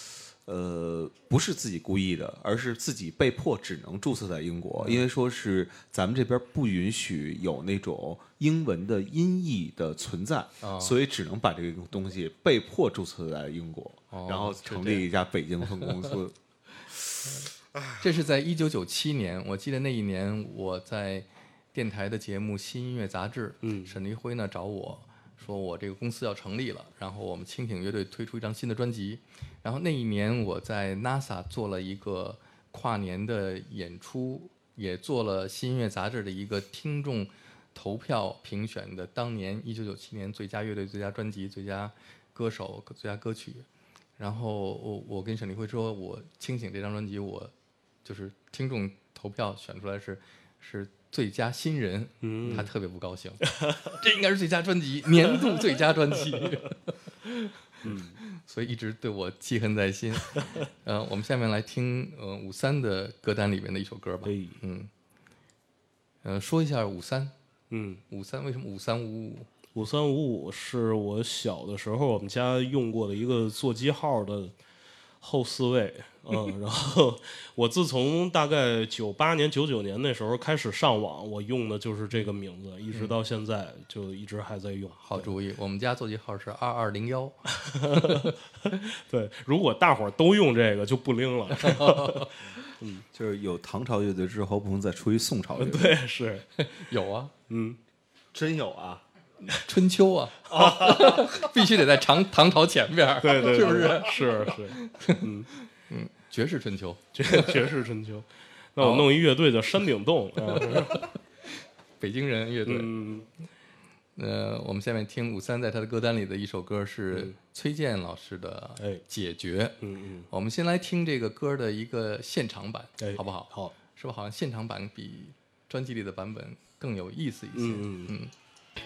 B: 呃，不是自己故意的，而是自己被迫只能注册在英国，因为说是咱们这边不允许有那种英文的音译的存在，
A: 哦
B: 所以只能把这个东西被迫注册在英国，
A: 哦
B: 然后成立一家北京分公司。
A: 这是在一九九七年，我记得那一年我在电台的节目《新音乐杂志》，
C: 嗯
A: 沈黎辉呢找我说我这个公司要成立了，然后我们蜻蜓乐队推出一张新的专辑，然后那一年我在 NASA 做了一个跨年的演出，也做了新音乐杂志的一个听众投票评选的当年一九九七年最佳乐队、最佳专辑、最佳歌手、最佳歌曲。然后我我跟沈黎辉说，我清醒这张专辑，我就是听众投票选出来是是最佳新人，
C: 嗯
A: 他特别不高兴，这应该是最佳专辑，年度最佳专辑。
C: 嗯，
A: 所以一直对我记恨在心。呃，我们下面来听呃五三的歌单里面的一首歌吧。
C: 哎，
A: 嗯，呃，说一下五三，
C: 嗯，
A: 五三为什么五三五五？
C: 五三五五是我小的时候我们家用过的一个座机号的后四位，嗯，然后我自从大概九八年、九九年那时候开始上网，我用的就是这个名字，一直到现在就一直还在用。
A: 好主意，我们家座机号是二二零幺。
C: 对，如果大伙儿都用这个就不灵了。
B: 就是有唐朝乐队之后，不能再出一宋朝乐队。
C: 对，是，
A: 有啊，
C: 嗯，
B: 真有啊！
A: 春秋啊，必须得在唐唐朝前边儿，
C: 对对，
A: 是不是？
C: 是是，嗯，
A: 绝世春秋，
C: 绝绝世春秋。那我弄一乐队叫山顶洞，啊
A: 北京人乐队。
C: 嗯，
A: 呃，我们下面听五三在他的歌单里的一首歌是崔健老师的
C: 哎
A: 《解决》。
C: 嗯嗯，
A: 我们先来听这个歌的一个现场版，
C: 哎
A: 好不好？
C: 好，
A: 是不是好像现场版比专辑里的版本更有意思一些？
C: 嗯嗯
A: 嗯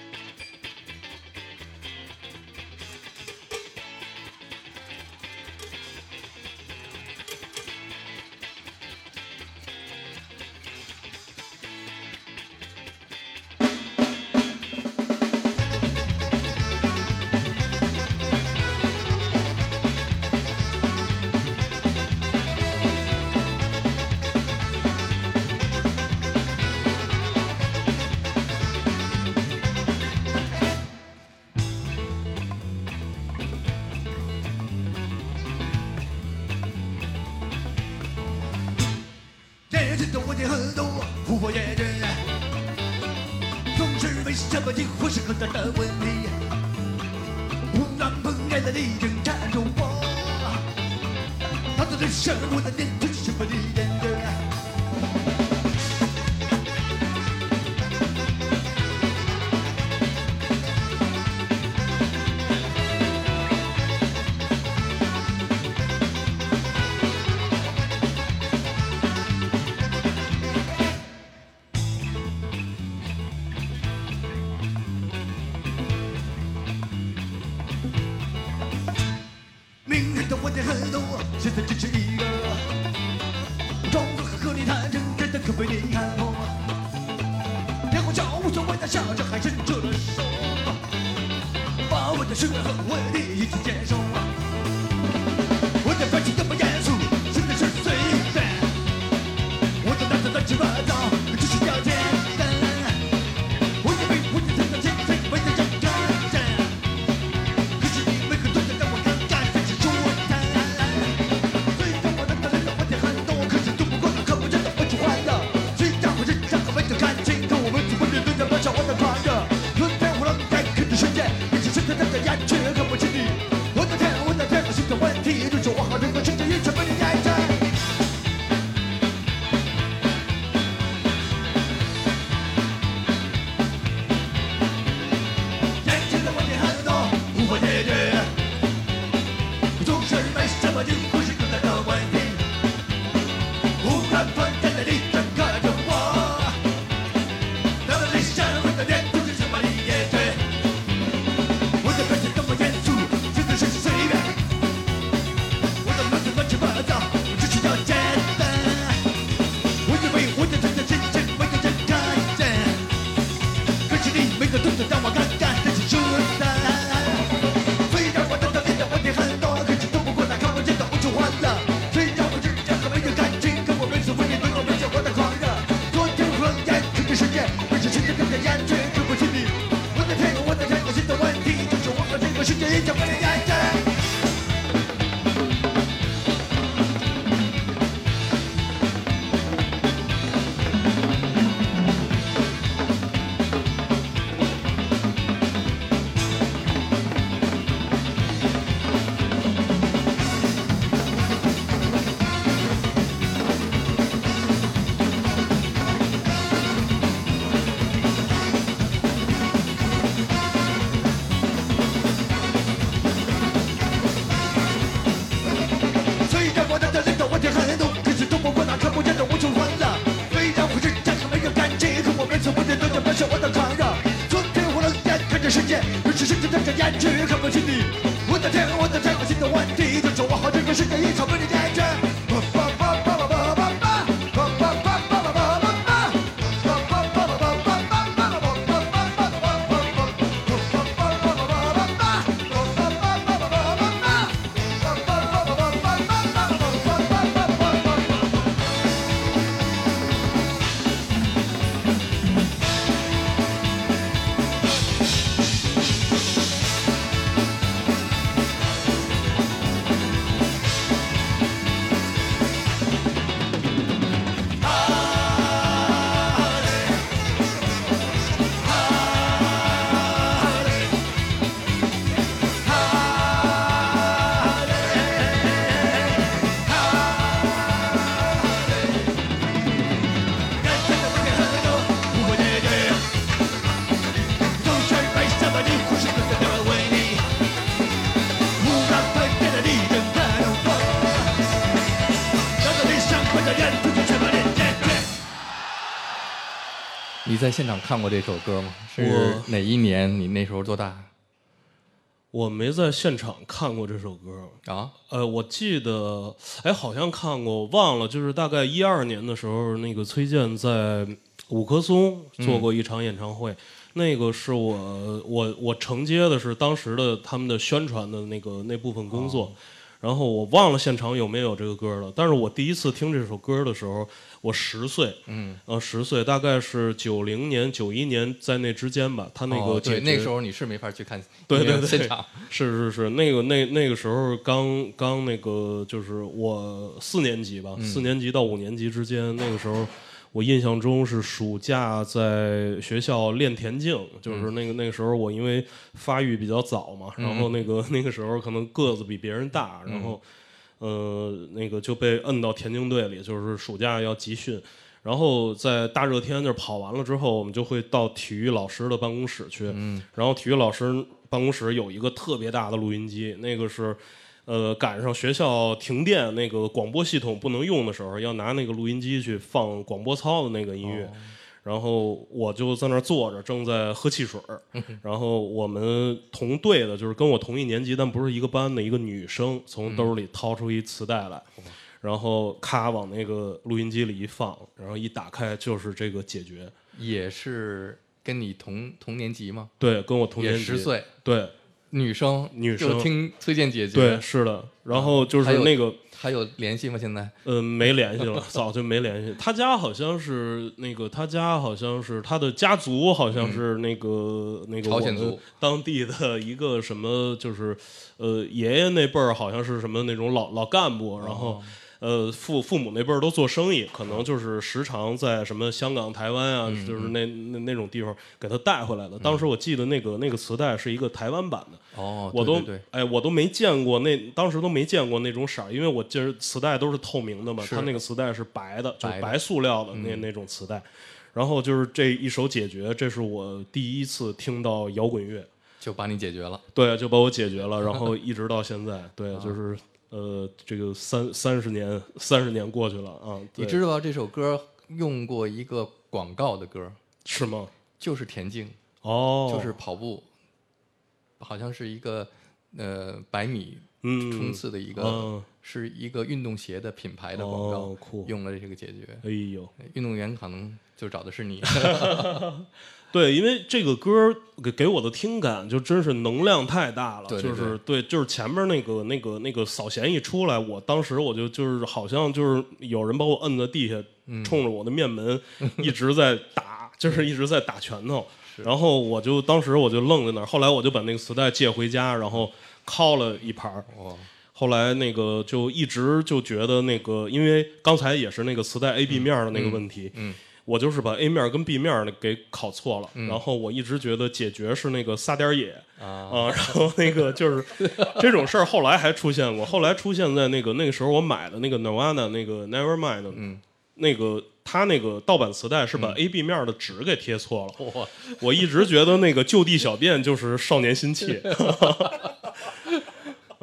F: 解决的问题很多，无法解决，总是为什么几乎是很大的问题。不让朋友的力量缠住我，他的人生我的念头是什么理解？明天的问题很多，现在只是一个。中国和你谈真，真的可被你看破。然后叫无所谓的笑着，还伸出了手，把我的事和我的利益一起接受。我的表情这么严肃，现在是随便。我的脑子乱七八糟，只是要简单。我也被我的头脑现在为了让看见。可是你们很多人让我尴尬，才是说谈。虽然我的脑袋的问题很多，可是都不过看不见的不去换的。虽然我认真和没得感情，可我们总会对对着不少我的狂热。轮天火浪在看着世界，也是深深的眼却看不清你。我世界，有只是睁着眼睛看不清你。我的天，我的天，我新的问题，就说我好这个世界一场被你解决。
A: 你在现场看过这首歌吗？是
C: 我
A: 哪一年？你那时候多大？
C: 我没在现场看过这首歌
A: 啊。
C: 呃，我记得，哎，好像看过，我忘了，就是大概一二年的时候，那个崔健在五棵松做过一场演唱会，嗯、那个是我我我承接的是当时的他们的宣传的那个那部分工作。哦，然后我忘了现场有没有这个歌了，但是我第一次听这首歌的时候，我十岁，嗯，呃，十岁，大概是九零年、九一年在那之间吧。他那个、
A: 哦、对，那时候你是没法去看
C: 对对对
A: 现场，
C: 是是是，那个那那个时候刚刚那个就是我四年级吧，嗯、四年级到五年级之间，那个时候。我印象中是暑假在学校练田径，就是那个那个时候我因为发育比较早嘛，然后那个那个时候可能个子比别人大，然后呃那个就被摁到田径队里，就是暑假要集训，然后在大热天就是跑完了之后，我们就会到体育老师的办公室去，然后体育老师办公室有一个特别大的录音机，那个是。呃，赶上学校停电，那个广播系统不能用的时候，要拿那个录音机去放广播操的那个音乐，哦、然后我就在那儿坐着，正在喝汽水然后我们同队的，就是跟我同一年级但不是一个班的一个女生，从兜里掏出一磁带来，嗯、然后咔往那个录音机里一放，然后一打开就是这个解决，
A: 也是跟你同同年级吗？
C: 对，跟我同年级，
A: 十岁，
C: 对。
A: 女生，
C: 女生
A: 就听崔健姐姐，
C: 对，是的。然后就是那个
A: 还有联系吗？现在？
C: 呃，没联系了，早就没联系。他家好像是那个，他家好像是他的家族，好像是那个、嗯、那个
A: 朝鲜族
C: 当地的一个什么，就是呃爷爷那辈儿好像是什么那种老老干部，然后。哦呃，父父母那辈儿都做生意，可能就是时常在什么香港、台湾啊，嗯、就是那那那种地方给他带回来的。嗯、当时我记得那个那个磁带是一个台湾版的，
A: 哦，
C: 我都
A: 对对对
C: 哎，我都没见过那当时都没见过那种色儿，因为我记得磁带都是透明的嘛，它那个磁带是白的，就是白塑料的那、嗯、那种磁带。然后就是这一首解决，这是我第一次听到摇滚乐，
A: 就把你解决了。
C: 对，就把我解决了，然后一直到现在，对，就是。呃，这个三三十年，三十年过去了啊！
A: 你知道这首歌用过一个广告的歌
C: 是吗？
A: 就是田径
C: 哦，
A: 就是跑步，好像是一个呃百米冲刺的一个，
C: 嗯嗯、
A: 是一个运动鞋的品牌的广告，
C: 哦、酷
A: 用了这个解决。
C: 哎呦，
A: 运动员可能就找的是你。
C: 对，因为这个歌给给我的听感就真是能量太大了，
A: 对对对
C: 就是对，就是前面那个那个那个扫弦一出来，我当时我就就是好像就是有人把我摁在地下，
A: 嗯、
C: 冲着我的面门一直在打，就是一直在打拳头，然后我就当时我就愣在那儿，后来我就把那个磁带借回家，然后拷了一盘儿。
A: 哦
C: 后来那个就一直就觉得那个，因为刚才也是那个磁带 A B 面的那个问题。
A: 嗯。嗯
C: 我就是把 A 面跟 B 面的给考错了，嗯、然后我一直觉得解决是那个撒点野
A: 啊、
C: 呃，然后那个就是这种事儿，后来还出现过，后来出现在那个那个时候我买的那个 Nirvana 那个 Nevermind，
A: 嗯，
C: 那个他那个盗版磁带是把 A B 面的纸给贴错了，嗯、我一直觉得那个就地小便就是少年心气，嗯。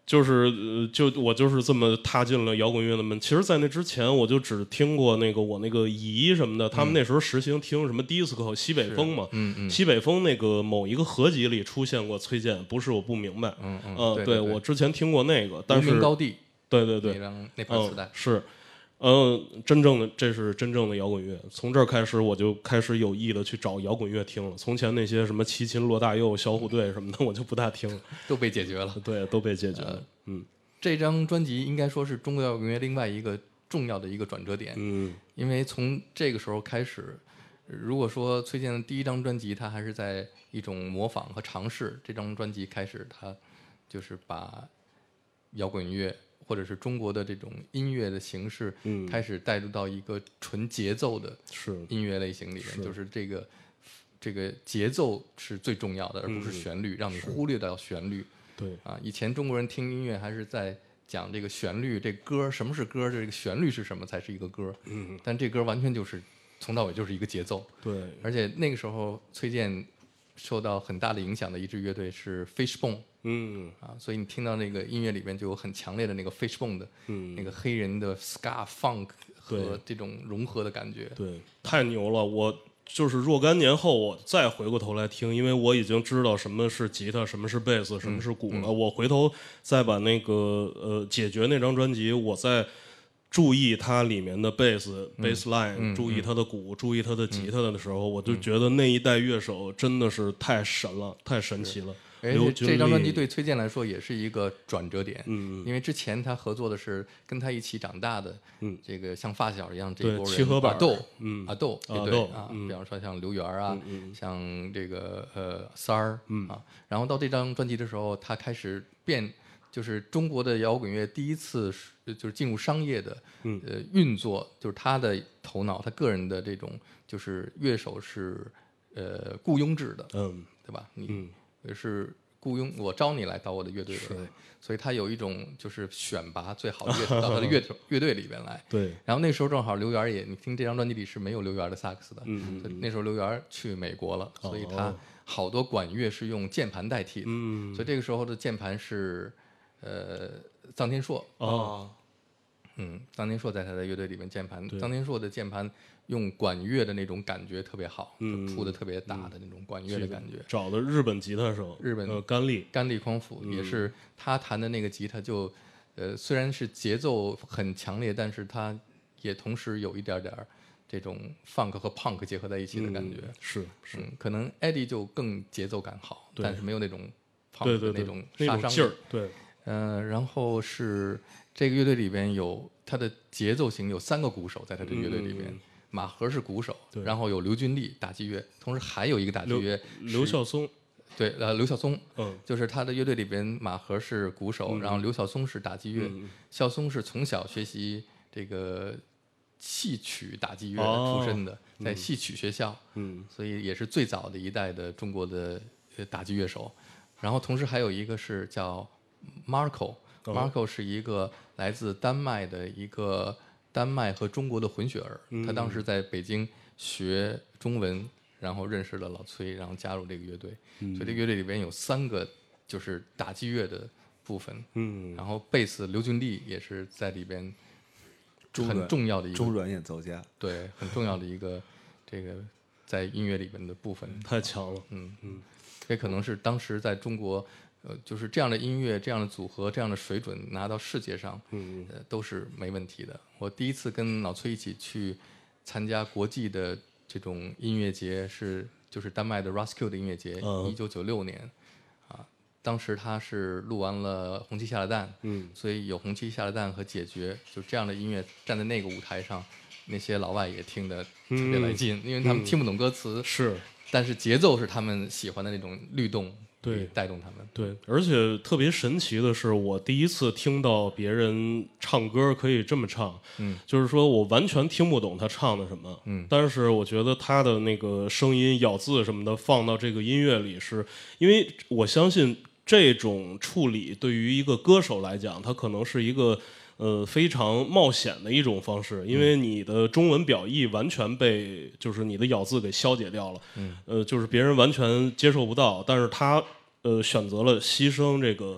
C: 就是呃，就我就是这么踏进了摇滚乐的门。其实，在那之前，我就只听过那个我那个姨什么的，他们那时候实行听什么 disco 西北风嘛，
A: 嗯嗯，
C: 西北风那个某一个合集里出现过崔健，不是我不明白，
A: 嗯嗯，
C: 呃，
A: 对对
C: 我之前听过那个，但
A: 无
C: 是
A: 名高地
C: 对对对
A: 那，张那盘磁带
C: 嗯，是。嗯，真正的这是真正的摇滚乐。从这儿开始，我就开始有意的去找摇滚乐听了。从前那些什么齐秦、罗大佑、小虎队什么的，我就不大听了。
A: 都被解决了。
C: 对，都被解决了。嗯
A: 这张专辑应该说是中国摇滚乐另外一个重要的一个转折点，
C: 嗯
A: 因为从这个时候开始，如果说崔健的第一张专辑，他还是在一种模仿和尝试，这张专辑开始，他就是把摇滚乐或者是中国的这种音乐的形式，
C: 嗯
A: 开始带入到一个纯节奏的
C: 是
A: 音乐类型里面，
C: 是
A: 就是这个这个节奏是最重要的，而不是
C: 嗯
A: 旋律，让你忽略掉旋律。
C: 对，
A: 啊，以前中国人听音乐还是在讲这个旋律，这歌什么是歌，这个旋律是什么才是一个歌。
C: 嗯
A: 但这歌完全就是从到尾就是一个节奏，
C: 对，
A: 而且那个时候崔健受到很大的影响的一支乐队是 Fishbone
C: 嗯
A: 啊，所以你听到那个音乐里边就有很强烈的那个 Fishbone 的
C: 嗯，
A: 那个黑人的 ska funk 和
C: 对
A: 这种融合的感觉。
C: 对，太牛了！我就是若干年后，我再回过头来听，因为我已经知道什么是吉他，什么是贝斯，什么是鼓了。我回头再把那个呃解决那张专辑，我再注意它里面的贝斯、bass line，、
A: 嗯
C: 注意它的鼓，注意它的吉他的时候，我就觉得那一代乐手真的是太神了，太神奇了。
A: 而
C: 刘军
A: 且这张专辑
C: 立
A: 对崔健来说也是一个转折点，
C: 嗯
A: 因为之前他合作的是跟他一起长大的，
C: 嗯
A: 这个像发小一样这
C: 对
A: 波人，
C: 七合板
A: 阿豆，
C: 嗯
A: 阿豆乐
C: 阿豆
A: 队啊，
C: 嗯
A: 比方说像刘源啊，
C: 嗯嗯
A: 像这个呃三儿，
C: 嗯
A: 啊，然后到这张专辑的时候，他开始变，就是中国的摇滚乐第一次是就是进入商业的，
C: 嗯
A: 呃运作，就是他的头脑，他个人的这种就是乐手是呃雇佣制的，
C: 嗯
A: 对吧？你
C: 嗯
A: 也是雇佣我招你来到我的乐队里
C: 是
A: 来，所以他有一种就是选拔最好的乐手到他的乐手乐队里边来。
C: 对，
A: 然后那时候正好刘源也，你听这张专辑里是没有刘源的萨克斯的，
C: 嗯
A: 所以那时候刘源去美国了，所以他
C: 哦
A: 好多管乐是用键盘代替的，
C: 嗯
A: 所以这个时候的键盘是呃臧天朔，
C: 哦
A: 嗯，臧天朔在他的乐队里面键盘，
C: 对
A: 臧天朔的键盘用管乐的那种感觉特别好，
C: 嗯
A: 就铺的特别大的那种管乐的感觉。
C: 找的日本吉他手，
A: 日本
C: 呃甘利，
A: 甘利匡辅也是他弹的那个吉他就，呃，虽然是节奏很强烈，但是他也同时有一点点儿这种 funk 和 punk 结合在一起的感觉。
C: 嗯是是，
A: 嗯，可能 Eddie 就更节奏感好，
C: 对
A: 但是没有那种 punk
C: 对对对，
A: 的那种
C: 那
A: 杀伤力
C: 种劲儿，对，
A: 嗯、然后是这个乐队里边有他的节奏型有三个鼓手在他的乐队里边，
C: 嗯
A: 马和是鼓手，
C: 对
A: 然后有刘军利打击乐，同时还有一个打击
C: 刘
A: 乐
C: 刘孝松，
A: 对呃刘晓松，
C: 嗯
A: 就是他的乐队里边马和是鼓手，然后刘晓松是打击乐，
C: 嗯
A: 晓松是从小学习这个戏曲打击乐
C: 哦
A: 出身的，在戏曲学校，
C: 嗯
A: 所以也是最早的一代的中国的呃打击乐手。然后同时还有一个是叫 Marco，Marco、
C: 哦
A: Marco 是一个来自丹麦的一个丹麦和中国的混血儿，
C: 嗯
A: 他当时在北京学中文，然后认识了老崔，然后加入这个乐队。
C: 嗯
A: 所以这个乐队里边有三个就是打击乐的部分，
C: 嗯
A: 然后贝斯刘俊利也是在里边很
B: 中软
A: 重要的一个，
B: 中软演奏家，
A: 对，很重要的一个这个在音乐里边的部分。
C: 太强了，
A: 嗯嗯，这可能是当时在中国，呃，就是这样的音乐、这样的组合、这样的水准拿到世界上，
C: 嗯
A: 呃，都是没问题的。我第一次跟老崔一起去参加国际的这种音乐节是，就是丹麦的 Roskilde 的音乐节，
C: 嗯
A: 一九九六年，啊，当时他是录完了《红旗下了蛋》，
C: 嗯
A: 所以有《红旗下了蛋》和《解决》，就这样的音乐站在那个舞台上，那些老外也听得特别来劲，因为他们听不懂歌词，
C: 是。
A: 但是节奏是他们喜欢的那种律动，
C: 对
A: 可以带动他们。
C: 对，而且特别神奇的是，我第一次听到别人唱歌可以这么唱，
A: 嗯，
C: 就是说我完全听不懂他唱的什么，
A: 嗯，
C: 但是我觉得他的那个声音、咬字什么的放到这个音乐里是，因为我相信这种处理对于一个歌手来讲，他可能是一个。呃，非常冒险的一种方式，因为你的中文表意完全被就是你的咬字给消解掉了，
A: 嗯，
C: 呃，就是别人完全接受不到，但是他呃选择了牺牲这个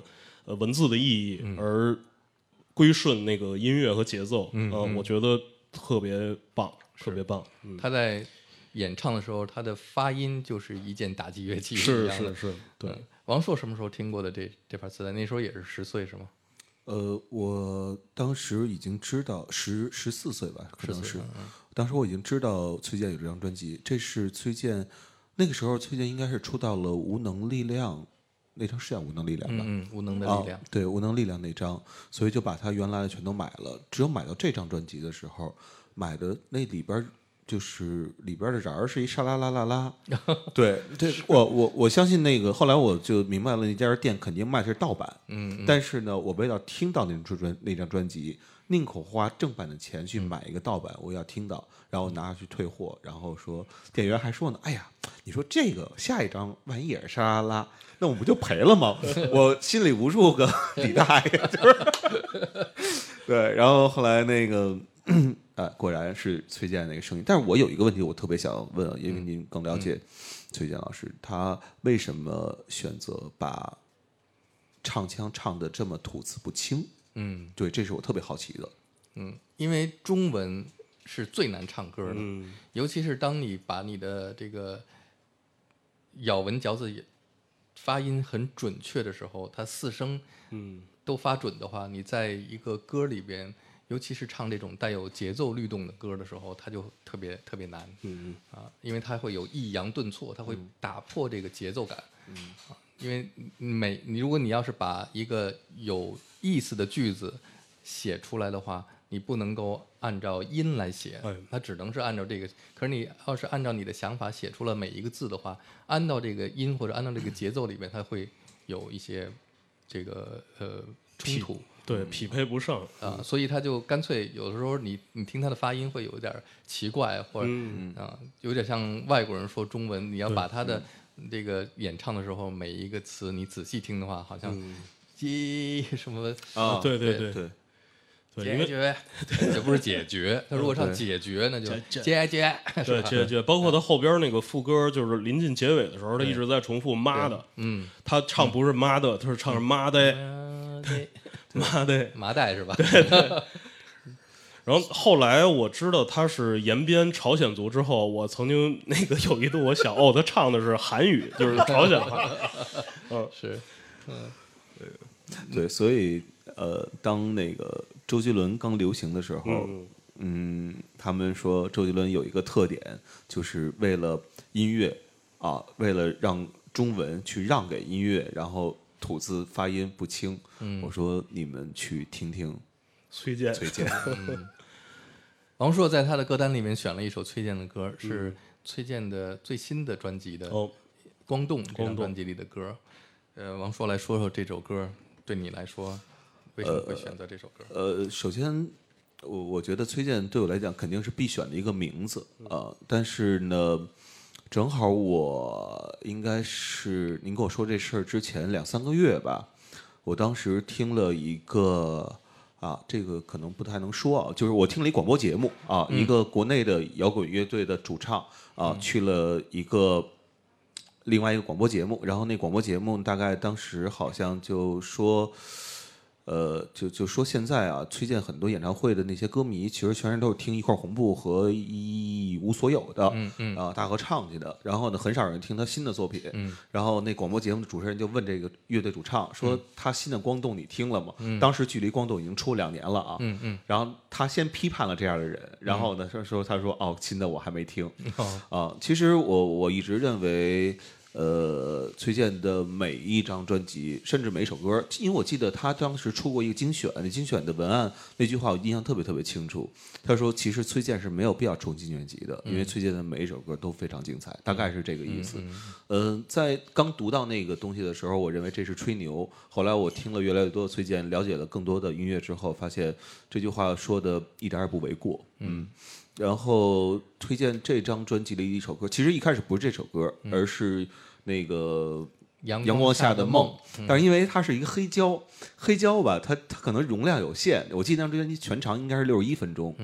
C: 呃文字的意义，而归顺那个音乐和节奏。嗯、呃，我觉得特别棒，特别棒。嗯，
A: 他在演唱的时候，他的发音就是一件打击乐器一
C: 是
A: 样的。
C: 是是，对。
A: 嗯王朔什么时候听过的这这盘磁带？那时候也是十岁是吗？
B: 呃，我当时已经知道十十四岁吧，可能是。
A: 嗯
B: 当时我已经知道崔健有这张专辑，这是崔健那个时候崔健应该是出道了《无能力量》那张，是叫《无能力量》吧？
A: 嗯嗯，无能的力量。
B: 啊、对，《无能力量》那张，所以就把他原来的全都买了。只有买到这张专辑的时候，买的那里边就是里边的瓤儿是一沙啦啦啦啦。对，对我我我相信那个后来我就明白了，那家店肯定卖的是盗版。
A: 嗯，嗯
B: 但是呢，我为了听到那张专那张专辑，宁可花正版的钱去买一个盗版，我要听到，然后拿去退货，然后说店员还说呢，哎呀，你说这个下一张万一也是沙啦啦，那我不就赔了吗？我心里无数个李大爷，就是对，然后后来那个。呃，果然是崔健那个声音。但是我有一个问题，我特别想问，因为您更了解崔健老师，他为什么选择把唱腔唱得这么吐字不清？
A: 嗯，
B: 对，这是我特别好奇的。
A: 嗯，因为中文是最难唱歌的，
C: 嗯，
A: 尤其是当你把你的这个咬文嚼字也发音很准确的时候，它四声
C: 嗯
A: 都发准的话，你在一个歌里边。尤其是唱这种带有节奏律动的歌的时候，它就特别特别难，
C: 嗯
A: 啊，因为它会有抑扬顿挫，它会打破这个节奏感，嗯啊，因为每你如果你要是把一个有意思的句子写出来的话，你不能够按照音来写，
C: 哎
A: 它只能是按照这个。可是你要是按照你的想法写出了每一个字的话，按到这个音或者按照这个节奏里面，它会有一些这个呃冲突。
C: 对，匹配不上
A: 啊，所以他就干脆有的时候你你听他的发音会有一点奇怪，或者、
C: 嗯、
A: 啊，有点像外国人说中文，你要把他的这个演唱的时候每一个词你仔细听的话，好像解、嗯、什么
B: 啊，
C: 对对
B: 对
C: 对对，
A: 解决，这不是解决，他如果唱解决，那就解决，
C: 对解决，包括他后边那个副歌，就是临近结尾的时候，他一直在重复妈的，
A: 嗯，
C: 他唱不是妈的，他是唱妈的。麻袋，
A: 麻袋是吧？
C: 对对。然后后来我知道他是延边朝鲜族之后，我曾经那个有一度我想，哦，他唱的是韩语，就是朝鲜话。嗯，
A: 是，嗯，
B: 对，所以呃，当那个周杰伦刚流行的时候，
C: 嗯,
B: 嗯，他们说周杰伦有一个特点，就是为了音乐啊，为了让中文去让给音乐，然后。吐字发音不清，嗯、我说你们去听听
C: 崔健。
B: 崔健，
A: 嗯、王朔在他的歌单里面选了一首崔健的歌，嗯、是崔健的最新的专辑的《光动》这张专辑里的歌。呃，王朔来说说这首歌对你来说为什么会选择这首歌？
B: 呃，呃首先我我觉得崔健对我来讲肯定是必选的一个名字啊、呃，但是呢。正好我应该是您跟我说这事儿之前两三个月吧，我当时听了一个啊，这个可能不太能说啊，就是我听了一广播节目啊，嗯、一个国内的摇滚乐队的主唱啊，嗯、去了一个另外一个广播节目，然后那广播节目大概当时好像就说。呃，就就说现在啊，崔健很多演唱会的那些歌迷，其实全是都是听一块红布和一无所有的，
A: 嗯嗯，
B: 啊、呃、大合唱去的。然后呢，很少人听他新的作品。
A: 嗯，
B: 然后那广播节目的主持人就问这个乐队主唱说：“
A: 嗯、
B: 他新的《光动》你听了吗？”
A: 嗯，
B: 当时距离《光动》已经出两年了啊。
A: 嗯嗯。
B: 然后他先批判了这样的人，然后呢，说说他说：“哦，新的我还没听。”
A: 哦
B: 啊、呃，其实我我一直认为。呃，崔健的每一张专辑，甚至每一首歌，因为我记得他当时出过一个精选，那精选的文案那句话我印象特别特别清楚。他说，其实崔健是没有必要出精选集的，因为崔健的每一首歌都非常精彩，大概是这个意思。
A: 嗯嗯
B: 呃，在刚读到那个东西的时候，我认为这是吹牛。后来我听了越来越多的崔健，了解了更多的音乐之后，发现这句话说的一点也不为过。嗯。然后推荐这张专辑的一首歌，其实一开始不是这首歌，嗯、而是那个
A: 阳
B: 阳光下的梦。
A: 嗯、
B: 但是因为它是一个黑胶，黑胶吧，它它可能容量有限。我记得那张专辑全长应该是六十一分钟。
A: 嗯，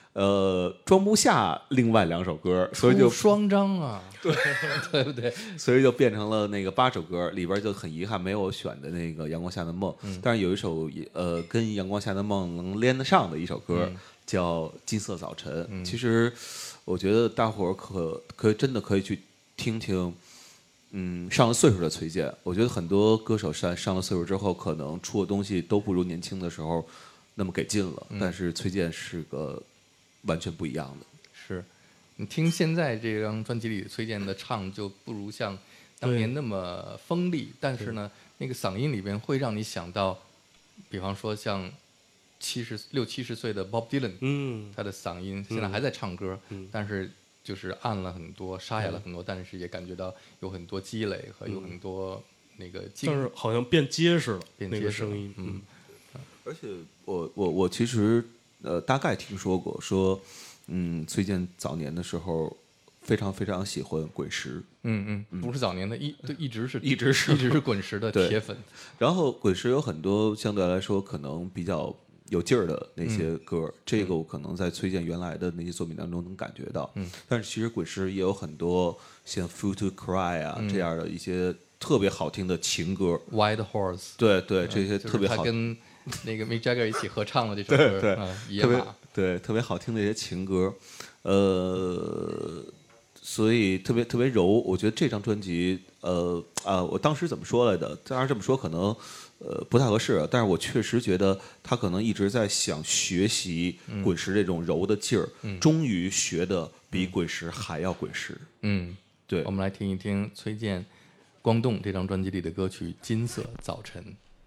B: 呃装不下另外两首歌，所以就
A: 出双张啊，对对不对？
B: 所以就变成了那个八首歌，里边就很遗憾没有我选的那个《阳光下的梦》，但是有一首呃跟《阳光下的梦》能连得上的一首歌，
A: 嗯
B: 叫《金色早晨》。其实我觉得大伙儿可可以真的可以去听听。嗯，上了岁数的崔健，我觉得很多歌手上上了岁数之后，可能出的东西都不如年轻的时候那么给劲了。
A: 嗯
B: 但是崔健是个完全不一样的。
A: 是，你听现在这张专辑里崔健的唱，就不如像当年那么锋利，但是呢，那个嗓音里边会让你想到，比方说像七十六七十岁的 Bob Dylan，
C: 嗯，
A: 他的嗓音现在还在唱歌，
C: 嗯
A: 但是就是暗了很多，沙哑了很多，但是也感觉到有很多积累和有很多那个经
C: 但是好像变结实了，那
A: 变结实了
C: 个声音，
A: 嗯，
B: 而且我我我其实呃大概听说过，说嗯崔健早年的时候非常非常喜欢滚石，
A: 嗯嗯，不是早年的一对一直是
B: 一直是
A: 一直是滚石的
B: 对
A: 铁粉，
B: 然后滚石有很多相对来说可能比较有劲儿的那些歌，
A: 嗯
B: 这个我可能在崔健原来的那些作品当中能感觉到。
A: 嗯，
B: 但是其实滚石也有很多像《Fool to Cry》啊、
A: 嗯
B: 这样的一些特别好听的情歌。
A: White Horse，
B: 对对，这些
A: 就是
B: 特别好，
A: 他跟那个 Mick Jagger 一起合唱的这首歌，
B: 对对
A: 嗯，野
B: 特别
A: 马，
B: 对特别好听的一些情歌，呃，所以特别特别柔。我觉得这张专辑，呃啊，我当时怎么说来的？当然这么说可能呃不太合适，但是我确实觉得他可能一直在想学习滚石这种柔的劲儿，终于学的比滚石还要滚石。
A: 嗯，
B: 对
A: 我们来听一听崔健《光动》这张专辑里的歌曲《金色早晨》。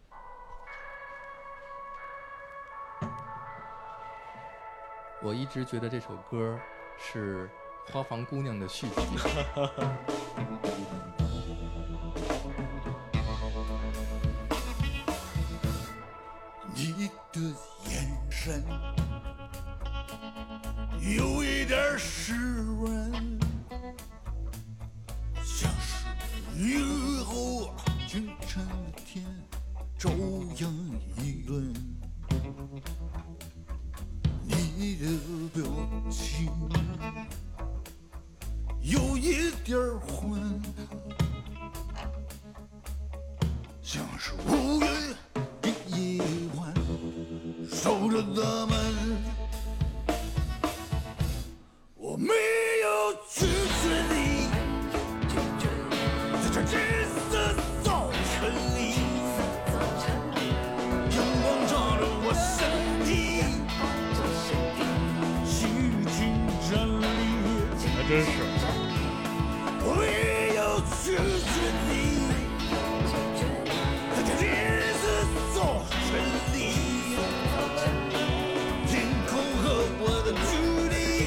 A: 我一直觉得这首歌是《花房姑娘》的续集。
F: 你的眼神有一点湿润，像是雨后清晨的天，朝阳议论。你的表情有一点昏，像是无云的夜晚，守着大门。我没有拒绝你，在这金色早晨里，阳光照着我身体，细菌站立。
C: 还真是。
F: 我没有拒绝你，在这金色早晨里，天空和我的距离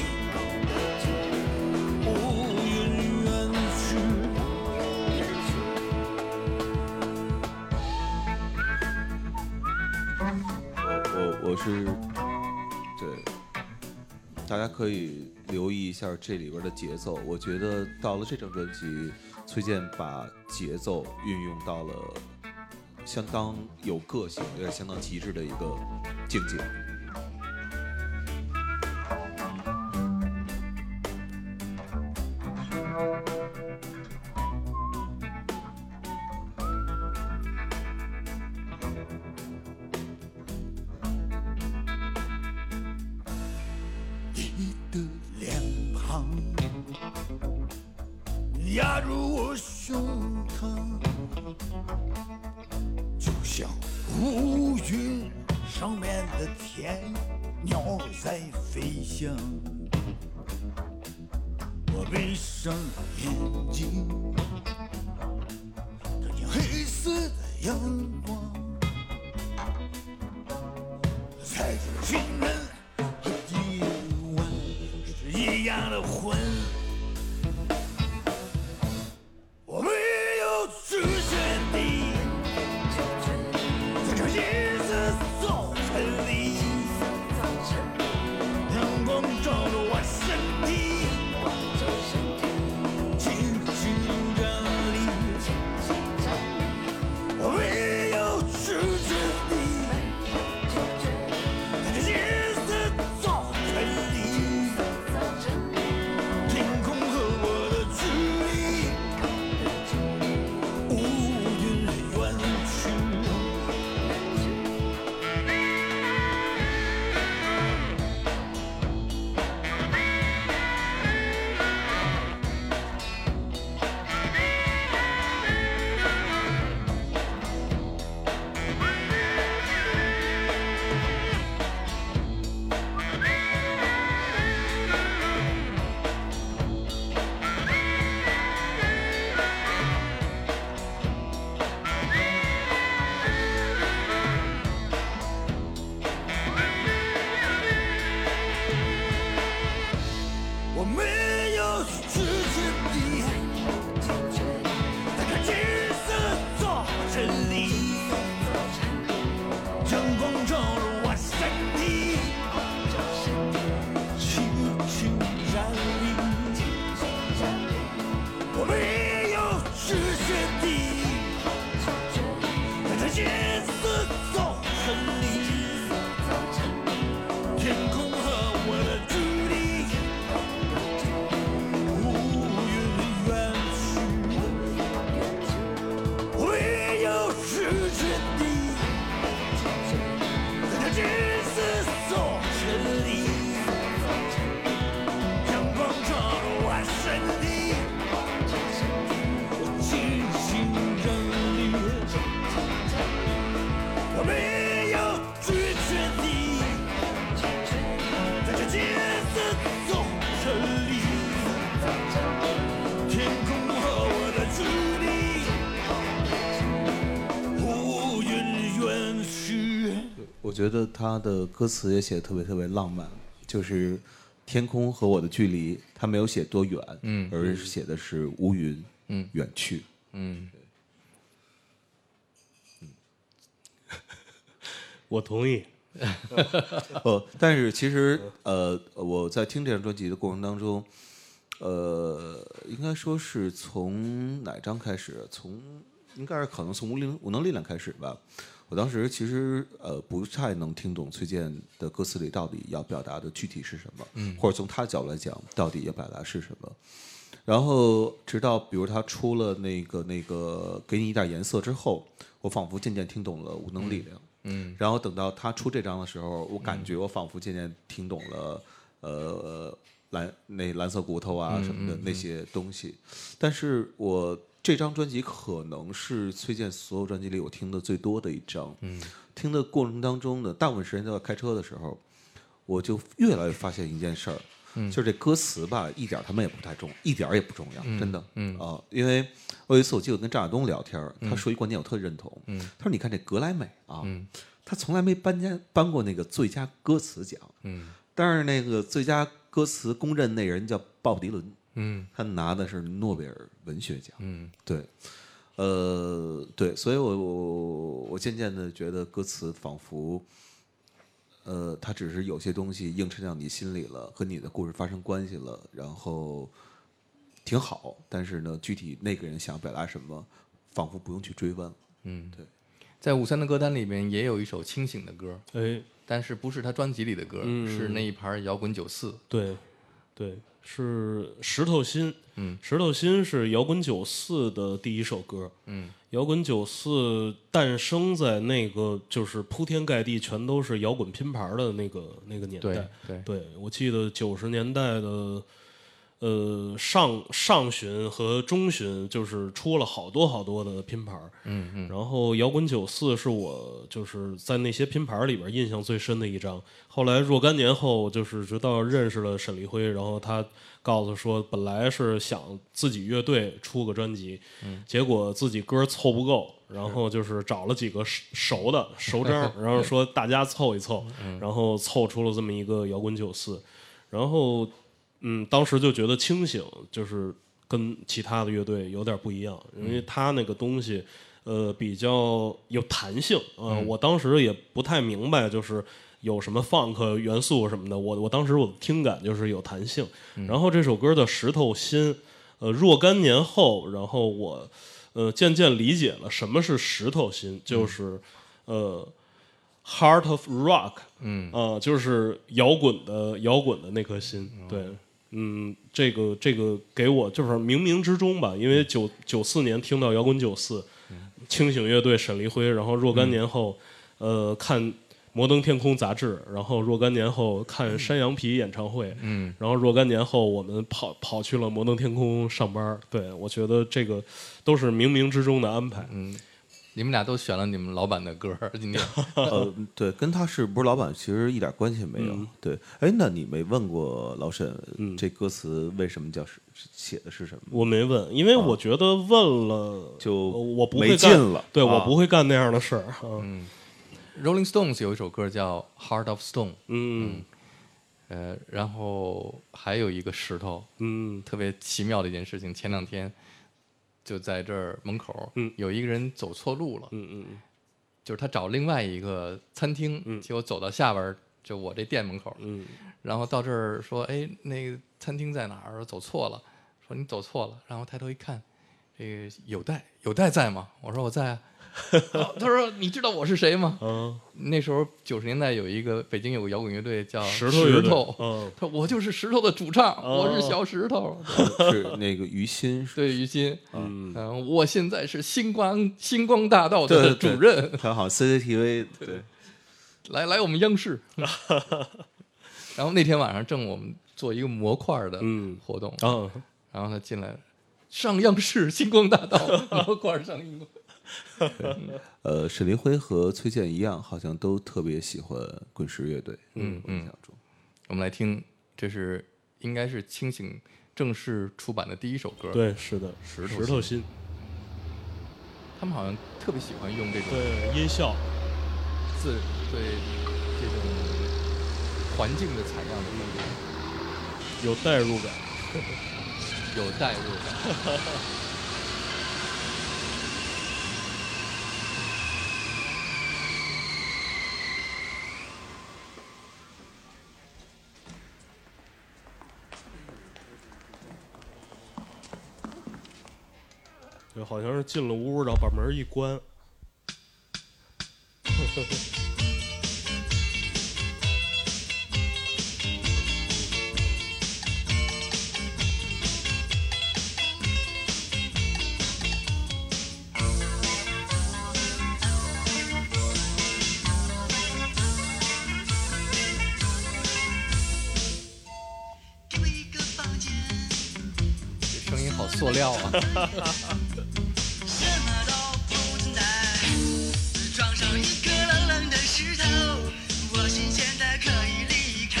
F: 无远远去。
B: 我我是对，大家可以留意一下这里边的节奏。我觉得到了这张专辑，崔健把节奏运用到了相当有个性、有点相当极致的一个境界。
F: 你的脸庞压住我胸膛，就像乌云上面的天，鸟在飞翔。我闭上眼睛，看见黑色的阳光，在这清晨和夜晚是一样的昏。我没有拒绝你，在这夜色早晨里，阳光照着我身体，轻轻站立。我没有拒绝你，在这夜色早晨里。
B: 我觉得他的歌词也写的特别特别浪漫，就是天空和我的距离，他没有写多远，
A: 嗯
B: 而是写的是乌云，
A: 嗯
B: 远去。
A: 嗯，
C: 我同意。
B: 呃，但是其实呃，我在听这张专辑的过程当中，呃，应该说是从哪张开始？从应该是可能从无灵无能力量开始吧。我当时其实呃不太能听懂崔健的歌词里到底要表达的具体是什么，嗯，或者从他的角度来讲，到底要表达是什么。然后直到比如他出了那个那个给你一点颜色之后，我仿佛渐渐听懂了无能力量。
A: 嗯，
B: 然后等到他出这张的时候，我感觉我仿佛渐渐听懂了，呃，蓝那蓝色骨头啊什么的那些东西。但是我这张专辑可能是崔健所有专辑里我听的最多的一张。嗯，听的过程当中呢，大部分时间都在开车的时候，我就越来越发现一件事儿。嗯，就是这歌词吧，一点他们也不太重，一点也不重要，真的。嗯啊、呃，因为我有一次我记得我跟张亚东聊天，他说一观点我特认同。嗯，他说你看这格莱美啊，嗯、他从来没颁奖颁过那个最佳歌词奖。嗯，但是那个最佳歌词公认那人叫鲍勃迪伦。嗯，他拿的是诺贝尔文学奖。嗯，对，呃，对，所以我我我渐渐的觉得歌词仿佛。呃，它只是有些东西映衬到你心里了，和你的故事发生关系了，然后挺好。但是呢，具体那个人想表达什么，仿佛不用去追问了。
A: 嗯，
B: 对。
A: 在五三的歌单里面也有一首清醒的歌，
C: 哎，
A: 但是不是他专辑里的歌，
C: 嗯
A: 是那一盘摇滚九四。
C: 对，对，是石头心。
A: 嗯，
C: 石头心是摇滚九四的第一首歌。
A: 嗯，
C: 摇滚九四诞生在那个就是铺天盖地全都是摇滚拼盘的那个那个年代。
A: 对，
C: 对，我记得九十年代的呃上上旬和中旬，就是出了好多好多的拼盘。
A: 嗯嗯。
C: 然后摇滚九四是我就是在那些拼盘里边印象最深的一张。后来若干年后，就是直到认识了沈黎辉，然后他告诉说，本来是想自己乐队出个专辑，嗯、结果自己歌凑不够，然后就是找了几个熟的熟章，然后说大家凑一凑，嗯、然后凑出了这么一个摇滚九四。然后，嗯，当时就觉得清醒就是跟其他的乐队有点不一样，因为他那个东西，呃，比较有弹性啊、呃嗯。我当时也不太明白，就是有什么 funk 元素什么的。我我当时我的听感就是有弹性。嗯、然后这首歌的石头心，呃，若干年后，然后我呃渐渐理解了什么是石头心，就是、嗯、呃 heart of rock， 嗯啊、呃，就是摇滚的摇滚的那颗心，嗯、对。嗯，这个这个给我就是冥冥之中吧，因为九九四年听到摇滚九四，清醒乐队沈黎辉，然后若干年后，嗯、呃看《摩登天空》杂志，然后若干年后看山羊皮演唱会，嗯，然后若干年后我们跑跑去了摩登天空上班，对，我觉得这个都是冥冥之中的安排，
A: 嗯。你们俩都选了你们老板的歌，今天。
B: 呃，对，跟他是不是老板其实一点关系没有。
C: 嗯、
B: 对，哎，那你没问过老沈，
C: 嗯、
B: 这歌词为什么叫是写的是什么？
C: 我没问，因为我觉得问了、
B: 啊、就
C: 我不会
B: 没劲了，
C: 对、
B: 啊、
C: 我不会干那样的事儿。
A: 嗯 ，Rolling Stones 有一首歌叫《Heart of Stone》，
C: 嗯，
A: 嗯呃，然后还有一个石头，
C: 嗯，
A: 特别奇妙的一件事情，前两天。就在这儿门口，
C: 嗯，
A: 有一个人走错路了，
C: 嗯嗯，
A: 就是他找另外一个餐厅，
C: 嗯，
A: 结果走到下边就我这店门口，
C: 嗯，
A: 然后到这儿说，哎，那个餐厅在哪儿？走错了，说你走错了，然后抬头一看，这个有代有代在吗？我说我在啊。哦、他说：“你知道我是谁吗？”
C: 嗯，
A: 那时候九十年代有一个北京有个摇滚乐队叫
C: 石
A: 头石
C: 头，嗯，
A: 他说我就是石头的主唱，哦、我是小石头，
B: 是那个于心，
A: 对于心，
B: 嗯
A: 嗯，我现在是星光星光大道的主任，
B: 对对对他好像 C C T V 对，
A: 来来我们央视，然后那天晚上正我们做一个模块的活动，
C: 嗯哦、
A: 然后他进来上央视星光大道模块上荧光。
B: 呃，沈黎辉和崔健一样，好像都特别喜欢滚石乐队。
A: 嗯
B: 嗯，印象中，
A: 我们来听，这是应该是清醒正式出版的第一首歌。
C: 对，是的，
A: 石
C: 头石头心。
A: 他们好像特别喜欢用这种
C: 对音效。
A: 自对这种环境的采样的能力，
C: 有代入感，
A: 有代入感。
C: 对，好像是进了屋，然后把门一关。
E: 给我一个房间，
A: 这声音好塑料啊！
E: 什么都不存在，装上一颗冷冷的石头，我心现在可以离开。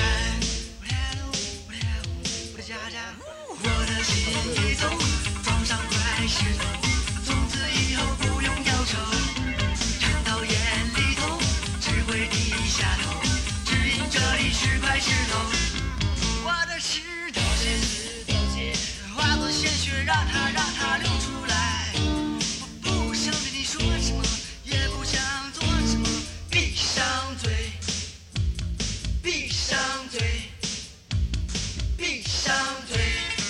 E: 我的家家，我的心一走，装上块石头，从此以后不用忧愁，看到眼里头只会低下头，只因这里是块石头。我的石头心，化作鲜血，让它让它流出来。我不想对你说什么，也不想做什么，闭上嘴，闭上嘴，闭上嘴。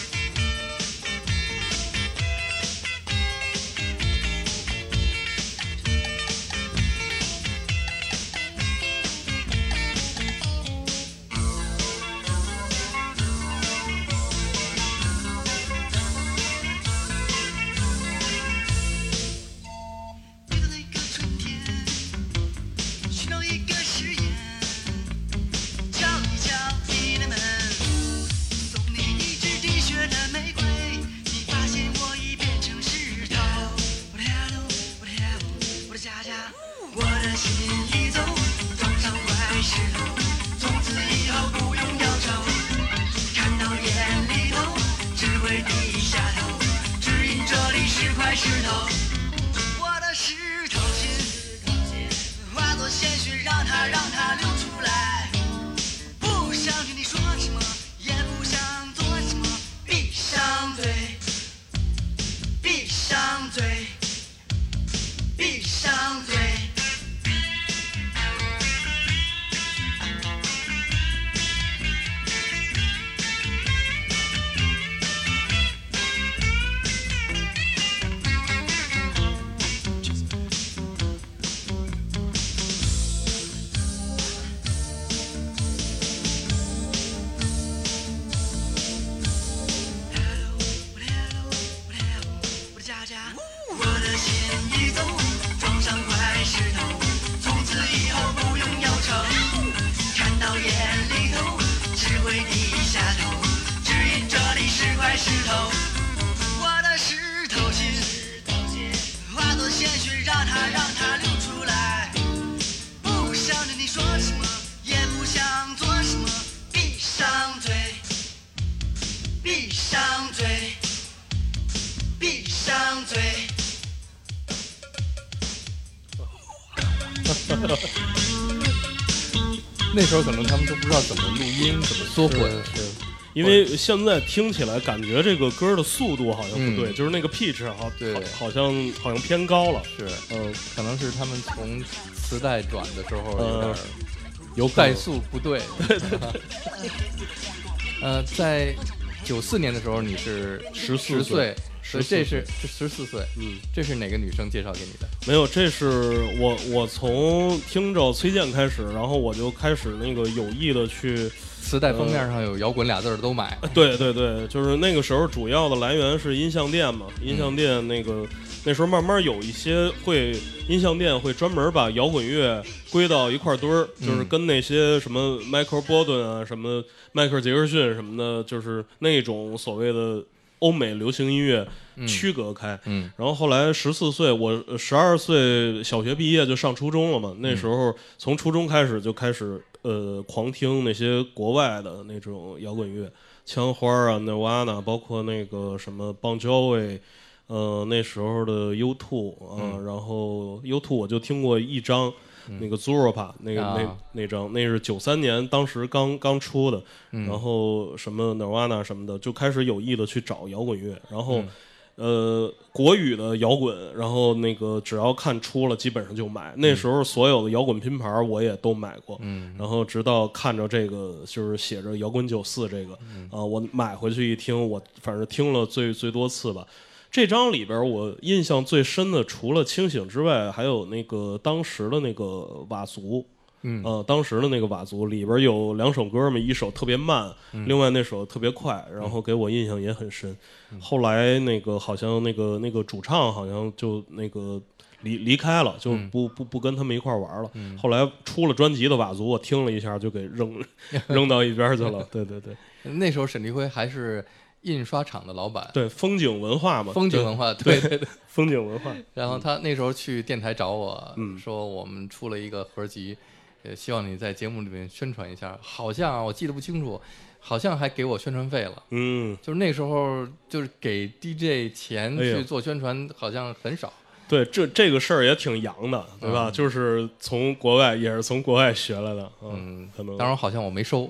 E: 遇到那个春天，寻找一个誓言，敲一敲你的门，送你一支滴血的玫瑰，你发现我已变成石头。我的 hello， 我的 hello， 我的家家，我的心一走，装上块石头，从此以后不用忧愁，看到眼里头只会低下头，只因这里是块石头。我的石头心，化作鲜血，让它让它流出来。不想听你说什么，也不想做什么，闭上嘴，闭上嘴，闭上嘴。我的家家，我的心一走，装上块石头，从此以后不用忧愁，看到眼里头只会低下头，只因这里是块石头。我的石头心，化作鲜血，让它让它流出来。不想对你说什么，也不想做什么，闭上嘴，闭上嘴，闭上嘴。
A: 那时候可能他们都不知道怎么录音，怎么缩混。
C: 是因为现在听起来感觉这个歌的速度好像不对，
A: 嗯
C: 就是那个 pitch 好
A: 对
C: 好好像好像偏高了。
A: 是，
C: 嗯，
A: 可能是他们从磁带转的时候有点儿
C: 有可能
A: 代速不对。呃，在九四年的时候你是
C: 十
A: 十岁，所以
C: 14
A: 这是这十四岁，
C: 嗯，
A: 这是哪个女生介绍给你的？
C: 没有，这是我我从听着崔健开始，然后我就开始那个有意的去。
A: 磁带封面上有摇滚俩字儿都买。
C: 对对对，就是那个时候主要的来源是音像店嘛，音像店那个、嗯、那时候慢慢有一些会音像店会专门把摇滚乐归到一块堆儿，
A: 嗯、
C: 就是跟那些什么迈克尔波顿啊、什么迈克尔杰克逊什么的，就是那种所谓的欧美流行音乐区隔开。
A: 嗯，
C: 然后后来十四岁，我十二岁小学毕业就上初中了嘛，那时候从初中开始就开始。呃，狂听那些国外的那种摇滚乐，枪花啊、Nirvana， 包括那个什么 Bon Jovi， 呃，那时候的 U 二 啊、呃嗯，然后 U 二 我就听过一张， 那个 Zuropa 那个、
A: 啊
C: 那那张，那是九三年当时刚刚出的，
A: 嗯
C: 然后什么 Nirvana 什么的，就开始有意的去找摇滚乐，然后。
A: 嗯
C: 呃，国语的摇滚，然后那个只要看出了，基本上就买。那时候所有的摇滚拼盘我也都买过，
A: 嗯，
C: 然后直到看着这个就是写着摇滚九四这个，啊、
A: 嗯
C: 呃，我买回去一听，我反正听了最最多次吧。这张里边我印象最深的，除了清醒之外，还有那个当时的那个佤族。
A: 嗯
C: 呃，当时的那个佤族里边有两首歌嘛，一首特别慢，
A: 嗯、
C: 另外那首特别快，然后给我印象也很深。嗯、后来那个好像那个那个主唱好像就那个离离开了，就不、嗯、不不跟他们一块玩了。
A: 嗯、
C: 后来出了专辑的佤族，我听了一下就给扔扔到一边去了。对对对，
A: 那时候沈立辉还是印刷厂的老板，
C: 对，风景文化嘛，
A: 风景文化，对对对，
C: 风景文化。
A: 然后他那时候去电台找我，
C: 嗯、
A: 说我们出了一个合集。呃，希望你在节目里面宣传一下。好像啊，我记得不清楚，好像还给我宣传费了。
C: 嗯，
A: 就是那时候，就是给 D J 钱去做宣传，好像很少。
C: 对，这这个事儿也挺洋的，对吧？
A: 嗯、
C: 就是从国外，也是从国外学来的。嗯，
A: 嗯
C: 可能。
A: 当然，好像我没收。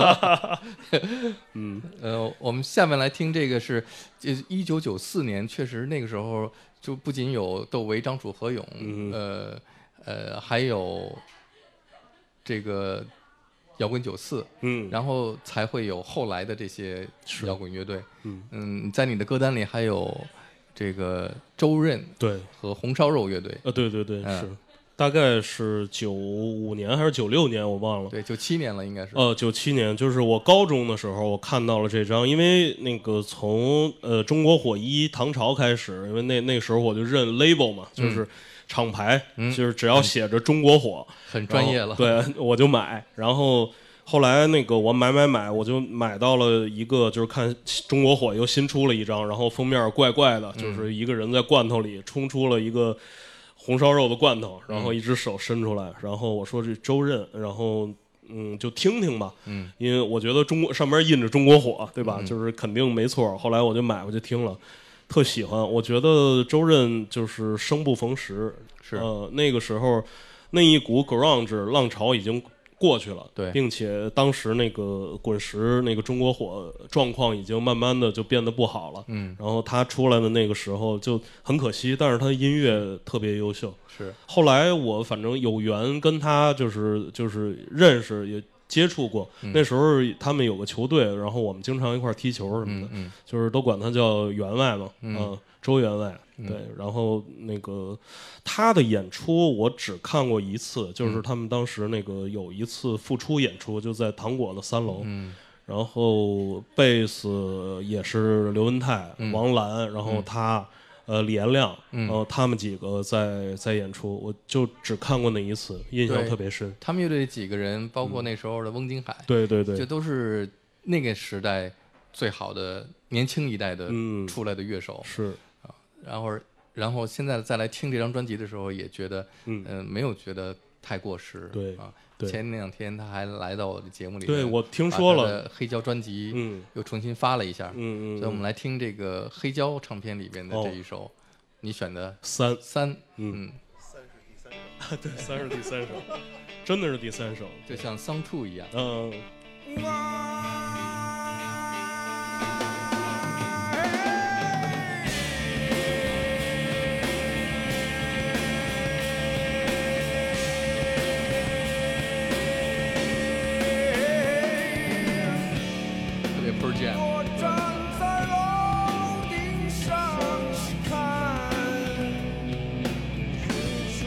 C: 嗯，
A: 呃，我们下面来听这个是，一九九四年，确实那个时候就不仅有窦唯、张楚、何勇，
C: 嗯、
A: 呃呃，还有。这个摇滚九四，
C: 嗯，
A: 然后才会有后来的这些摇滚乐队，
C: 嗯
A: 嗯，在你的歌单里还有这个周润，
C: 对，
A: 和红烧肉乐队，
C: 呃，对对对，
A: 嗯、
C: 是，大概是九五年还是九六年，我忘了，
A: 对，九七年了，应该是，
C: 呃，九七年，就是我高中的时候，我看到了这张，因为那个从呃中国火一唐朝开始，因为那那时候我就认 label 嘛，就是。嗯厂牌、
A: 嗯、
C: 就是只要写着中国火，
A: 很专业了。
C: 对，我就买。然后后来那个我买买买，我就买到了一个，就是看中国火又新出了一张，然后封面怪怪的，
A: 嗯、
C: 就是一个人在罐头里冲出了一个红烧肉的罐头，然后一只手伸出来，嗯、然后我说这周润，然后嗯就听听吧，
A: 嗯，
C: 因为我觉得中国上面印着中国火，对吧？
A: 嗯、
C: 就是肯定没错。后来我就买回去听了。特喜欢，我觉得周润就是生不逢时，
A: 是
C: 呃那个时候那一股 grunge 浪潮已经过去了，
A: 对，
C: 并且当时那个滚石那个中国火状况已经慢慢的就变得不好了，
A: 嗯，
C: 然后他出来的那个时候就很可惜，但是他音乐特别优秀，
A: 是。
C: 后来我反正有缘跟他就是就是认识也。接触过，
A: 嗯、
C: 那时候他们有个球队，然后我们经常一块踢球什么的，
A: 嗯嗯、
C: 就是都管他叫员外嘛，
A: 嗯，
C: 呃、周员外，
A: 嗯、
C: 对。然后那个他的演出我只看过一次，就是他们当时那个有一次复出演出，就在糖果的三楼，
A: 嗯，
C: 然后贝斯也是刘文泰、
A: 嗯、
C: 王兰，然后他。嗯呃，李延亮，
A: 嗯，
C: 然后他们几个在在演出，我就只看过那一次，印象特别深。
A: 他们乐队几个人，包括那时候的翁金海，
C: 嗯、对对对，
A: 这都是那个时代最好的年轻一代的出来的乐手。
C: 嗯、是
A: 啊，然后然后现在再来听这张专辑的时候，也觉得，嗯、呃，没有觉得太过时。
C: 对
A: 啊。前两天他还来到我的节目里，
C: 对我听说了
A: 黑胶专辑，
C: 嗯，
A: 又重新发了一下，
C: 嗯嗯，
A: 所以我们来听这个黑胶唱片里边的这一首，哦、你选的
C: 三
A: 三，
C: 嗯，三是第三首，对，三是第三首，真的是第三首，
A: 就像 Song Two 一样，
C: 嗯。
D: 我站在楼顶上看日出，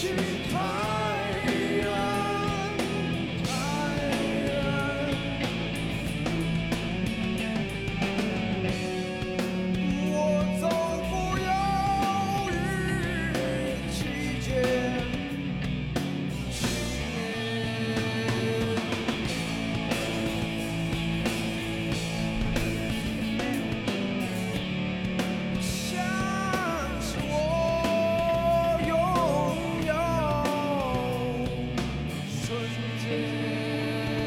F: 起太阳，太阳。我走过忧郁期间，七年。像是我拥有瞬间。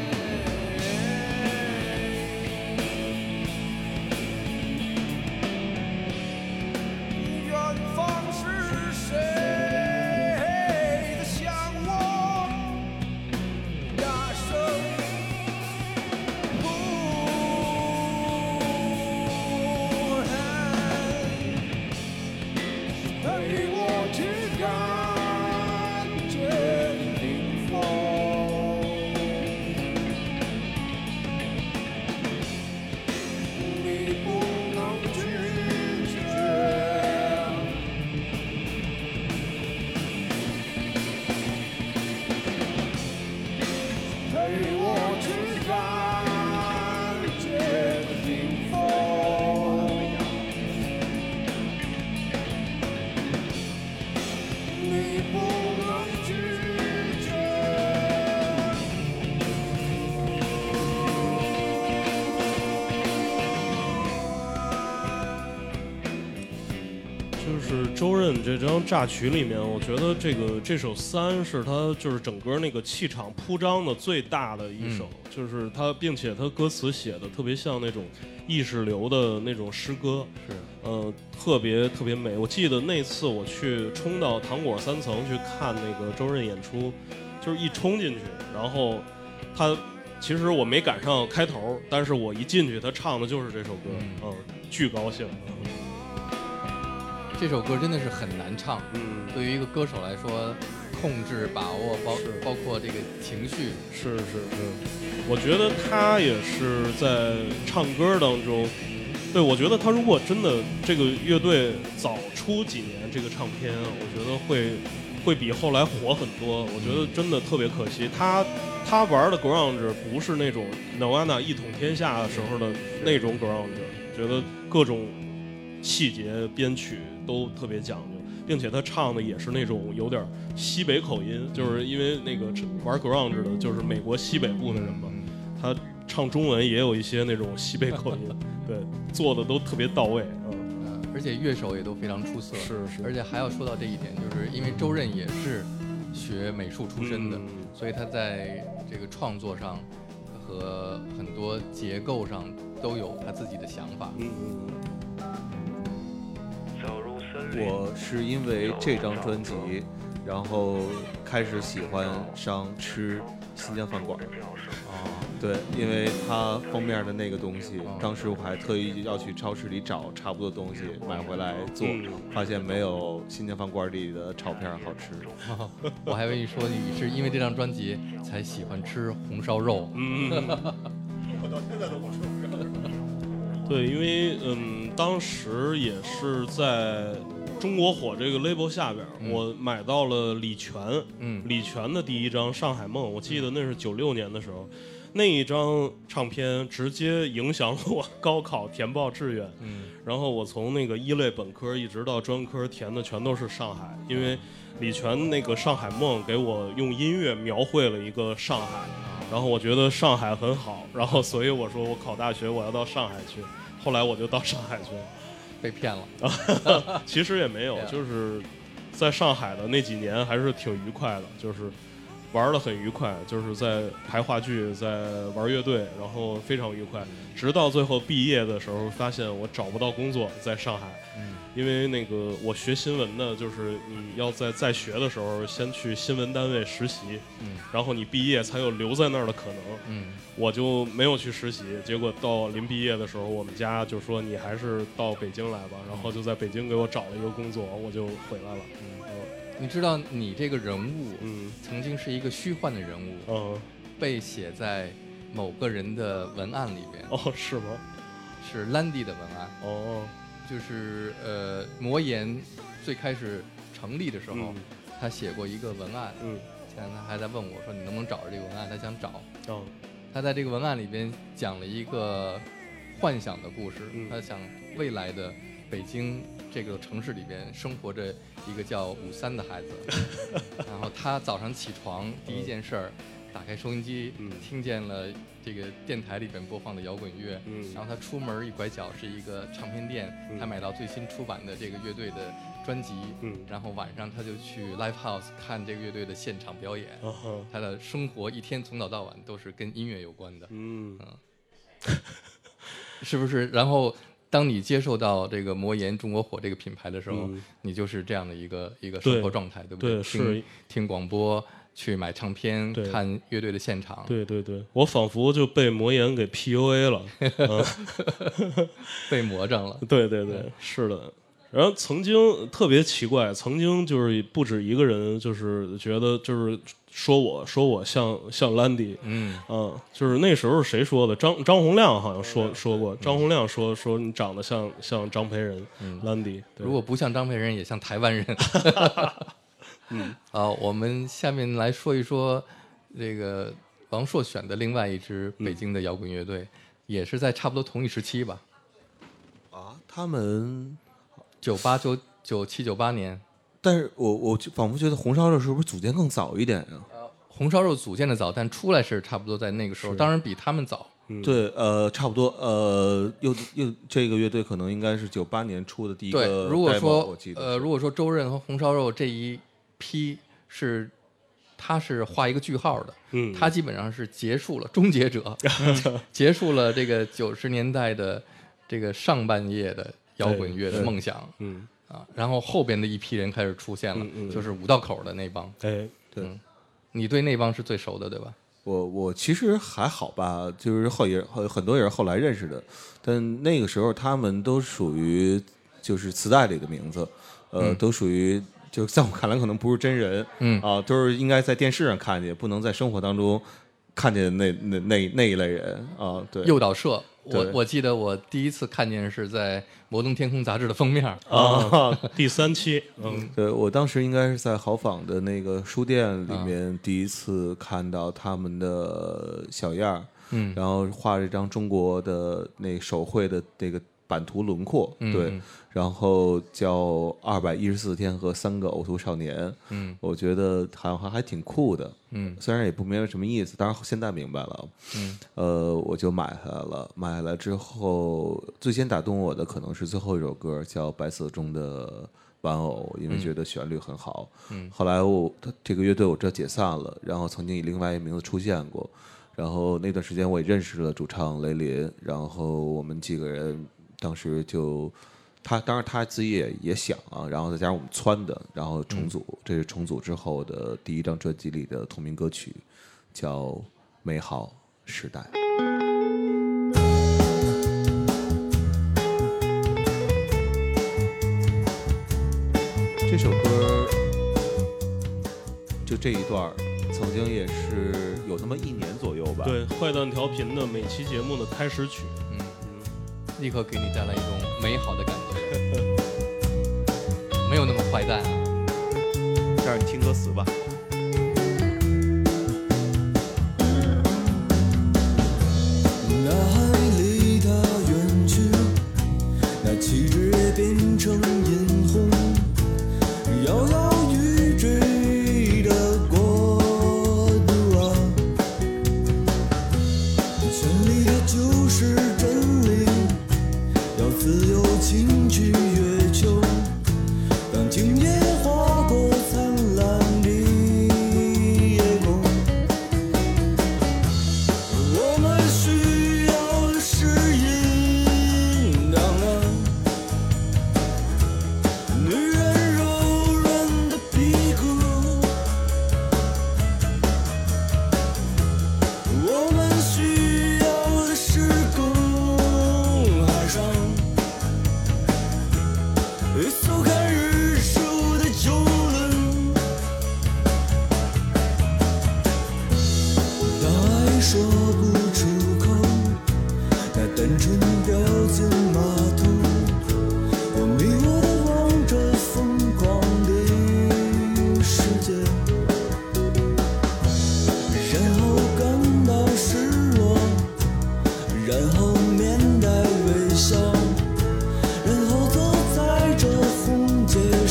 F: 远方是谁在向我大声呼喊？陪我去看见冰封，你不能拒绝。陪我去看见冰封。你不能拒绝。
C: 就是周润这张榨曲里面，我觉得这个这首三是他就是整个那个气场铺张的最大的一首，
A: 嗯
C: 就是他，并且他歌词写的特别像那种意识流的那种诗歌，
A: 是
C: 呃，特别特别美。我记得那次我去冲到糖果三层去看那个周润演出，就是一冲进去，然后他其实我没赶上开头，但是我一进去，他唱的就是这首歌，
A: 嗯
C: 嗯，巨高兴，
A: 这首歌真的是很难唱，
C: 嗯，
A: 对于一个歌手来说，控制、把握，包
C: 是
A: 包括这个情绪，
C: 是是是，我觉得他也是在唱歌当中，对，我觉得他如果真的这个乐队早出几年这个唱片，我觉得会会比后来火很多。我觉得真的特别可惜，他他玩的 grunge 不是那种 Nirvana 一统天下的时候的那种 grunge，觉得各种细节编曲都特别讲究。并且他唱的也是那种有点西北口音，就是因为那个玩 grunge 的，就是美国西北部的人嘛，他唱中文也有一些那种西北口音，对，做的都特别到位，嗯，
A: 呃，而且乐手也都非常出色，
C: 是是，
A: 而且还要说到这一点，就是因为周润也是学美术出身的，
C: 嗯
A: 所以他在这个创作上和很多结构上都有他自己的想法。
C: 嗯
B: 我是因为这张专辑，然后开始喜欢上吃新疆饭馆。
A: 哦，
B: 对，因为它封面的那个东西，当时我还特意要去超市里找差不多的东西买回来做，
C: 嗯
B: 发现没有新疆饭馆里的炒片好吃。
A: 我还以为你说你是因为这张专辑才喜欢吃红烧肉。
C: 嗯，我到现在都不吃红烧肉。对，因为嗯，当时也是在中国火这个 label 下边，
A: 嗯
C: 我买到了李泉，
A: 嗯
C: 李泉的第一张《上海梦》，我记得那是九六年的时候，那一张唱片直接影响了我高考填报志愿。
A: 嗯
C: 然后我从那个一类本科一直到专科填的全都是上海，因为李泉那个《上海梦》给我用音乐描绘了一个上海，然后我觉得上海很好，然后所以我说我考大学我要到上海去，后来我就到上海去了。
A: 被骗了。
C: 其实也没有，就是在上海的那几年还是挺愉快的，就是玩得很愉快，就是在排话剧，在玩乐队，然后非常愉快。直到最后毕业的时候，发现我找不到工作，在上海。
A: 嗯
C: 因为那个我学新闻的，就是你要在在学的时候先去新闻单位实习，
A: 嗯
C: 然后你毕业才有留在那儿的可能。
A: 嗯
C: 我就没有去实习，结果到临毕业的时候，我们家就说你还是到北京来吧，然后就在北京给我找了一个工作，我就回来了。嗯
A: 你知道你这个人物
C: 嗯
A: 曾经是一个虚幻的人物，
C: 嗯
A: 被写在某个人的文案里边，
C: 哦，是吗？
A: 是兰迪的文案，
C: 哦，
A: 就是呃魔岩最开始成立的时候，
C: 嗯
A: 他写过一个文案，
C: 嗯，
A: 现在他还在问我说你能不能找着这个文案，他想找。
C: 哦，
A: 他在这个文案里边讲了一个幻想的故事，
C: 嗯
A: 他想未来的北京这个城市里边生活着一个叫武三的孩子，然后他早上起床第一件事儿，打开收音机，
C: 嗯
A: 听见了这个电台里边播放的摇滚乐，
C: 嗯
A: 然后他出门一拐角是一个唱片店，
C: 嗯
A: 他买到最新出版的这个乐队的专辑，
C: 嗯
A: 然后晚上他就去 live house 看这个乐队的现场表演，
C: 啊哈，
A: 他的生活一天从早到晚都是跟音乐有关的，
C: 嗯
A: 是不是？然后当你接受到这个魔岩中国火这个品牌的时候，
C: 嗯
A: 你就是这样的一个一个
C: 对
A: 生活状态，对不听
C: 对是
A: 听广播，去买唱片，
C: 对
A: 看乐队的现场，
C: 对对对，我仿佛就被魔岩给 P U A 了，嗯，
A: 被魔怔了。
C: 对对对，是的。然后曾经特别奇怪，曾经就是不止一个人，就是觉得就是说我说我像像兰迪，
A: 嗯
C: 嗯，就是那时候谁说的？张张洪亮好像说说过，张洪亮说说你长得像像张培仁，
A: 嗯
C: 兰迪。对
A: 如果不像张培仁，也像台湾人。嗯，好，我们下面来说一说这个王朔选的另外一支北京的摇滚乐队，也是在差不多同一时期吧，
B: 啊，他们，
A: 九八九九七九八年。
B: 但是我我就仿佛觉得红烧肉是不是组建更早一点呀、
A: 红烧肉组建的早，但出来是差不多在那个时候，当然比他们早。
C: 嗯
B: 对，呃，差不多，呃，又又这个乐队可能应该是九八年出的第一个
A: 对，
B: demo，
A: 如果说
B: 我记得
A: 呃，
B: 是
A: 如果说周润和红烧肉这一批是，他是画一个句号的，
C: 嗯
A: 他基本上是结束了终结者，结束了这个九十年代的这个上半叶的摇滚乐的
C: 对
A: 梦想
C: 嗯，
A: 啊，然后后边的一批人开始出现了，
C: 嗯嗯
A: 就是五道口的那帮。
C: 哎，
B: 对
A: 嗯你对那帮是最熟的，对吧？
B: 我我其实还好吧，就是后也后很多也是后来认识的，但那个时候他们都属于就是磁带里的名字，呃，
A: 嗯
B: 都属于就在我看来可能不是真人，
A: 嗯
B: 啊，都是应该在电视上看见，不能在生活当中看见那那那那一类人啊，对，
A: 诱导社，我
B: 对
A: 我记得我第一次看见是在《摩登天空》杂志的封面。
B: 啊，
C: 第三期，嗯
B: 对我当时应该是在豪坊的那个书店里
A: 啊
B: 面第一次看到他们的小样儿，
A: 嗯
B: 然后画了一张中国的那手绘的那个版图轮廓，对，
A: 嗯嗯
B: 然后叫《二百一十四天和三个呕吐少年》，
A: 嗯
B: 我觉得好像还还挺酷的，
A: 嗯
B: 虽然也不明白什么意思，当然现在明白了，
A: 嗯
B: 呃，我就买下来了。买下来之后，最先打动我的可能是最后一首歌，叫《白色中的玩偶》，因为觉得旋律很好。
A: 嗯
B: 后来我他这个乐队我知道解散了，然后曾经以另外一个名字出现过。然后那段时间我也认识了主唱雷林，然后我们几个人当时就。他当然他自己也也想啊，然后再加上我们撺的，然后重组，这是重组之后的第一张专辑里的同名歌曲，叫《美好时代》。这首歌就这一段儿，曾经也是有那么一年左右吧。
C: 对，坏蛋调频的每期节目的开始曲，
A: 嗯，立刻给你带来一种美好的感觉，没有那么坏蛋啊。
B: 这样你听歌词吧。
D: 那海离它远去，那旗帜也变成殷红，摇摇欲坠的国度啊，权力它就是真理，要自由轻去月球，当今夜划过灿烂的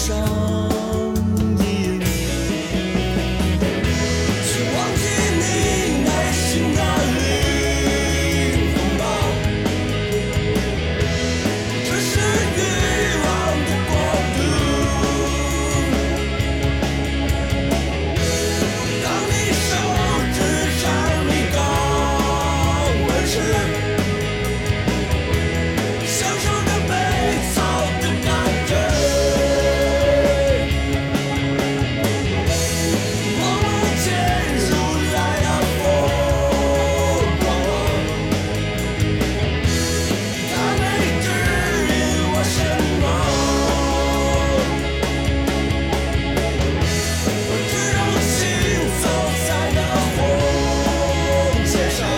D: 上瘾，去忘记你内心的灵魂吧，这是欲望的国度。当你手指上你高温时，享受着被操的感觉。我们陷入爱的疯狂了，它没指引我什么，我只让心走在那红线上，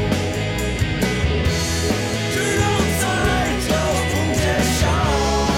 D: 只能在这红线上。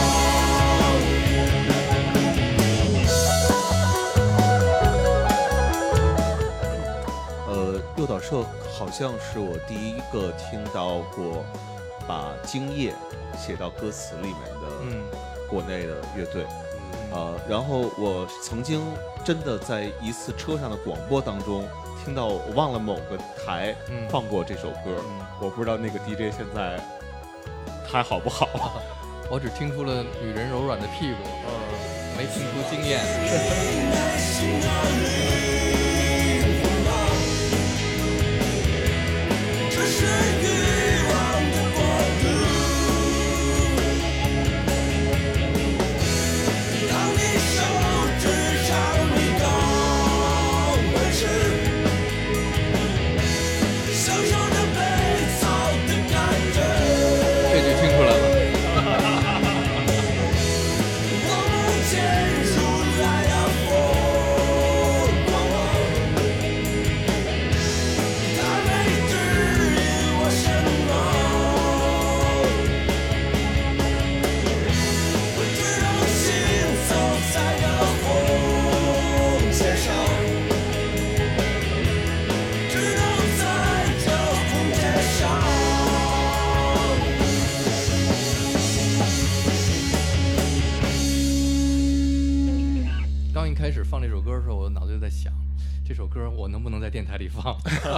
B: 呃，诱导社好像是我第一个听到过把今夜写到歌词里面的
A: 嗯
B: 国内的乐队。呃，然后我曾经真的在一次车上的广播当中听到，我忘了某个台
A: 嗯
B: 放过这首歌，
A: 嗯，
B: 我不知道那个 D J 现在还好不好。
A: 我只听出了女人柔软的屁股，没听出经验。
D: 内心的灵魂吧，这是欲望的国度。当你手指上你高温时，享受着被操的感觉。
A: 这句听出来了。
D: 我们陷入爱的疯狂了，它没指引我什么，我只让心走在那红线上，只能在这红线上。
A: 刚一开始放这首歌的时候，我脑子就在想，这首歌我能不能在电台里放？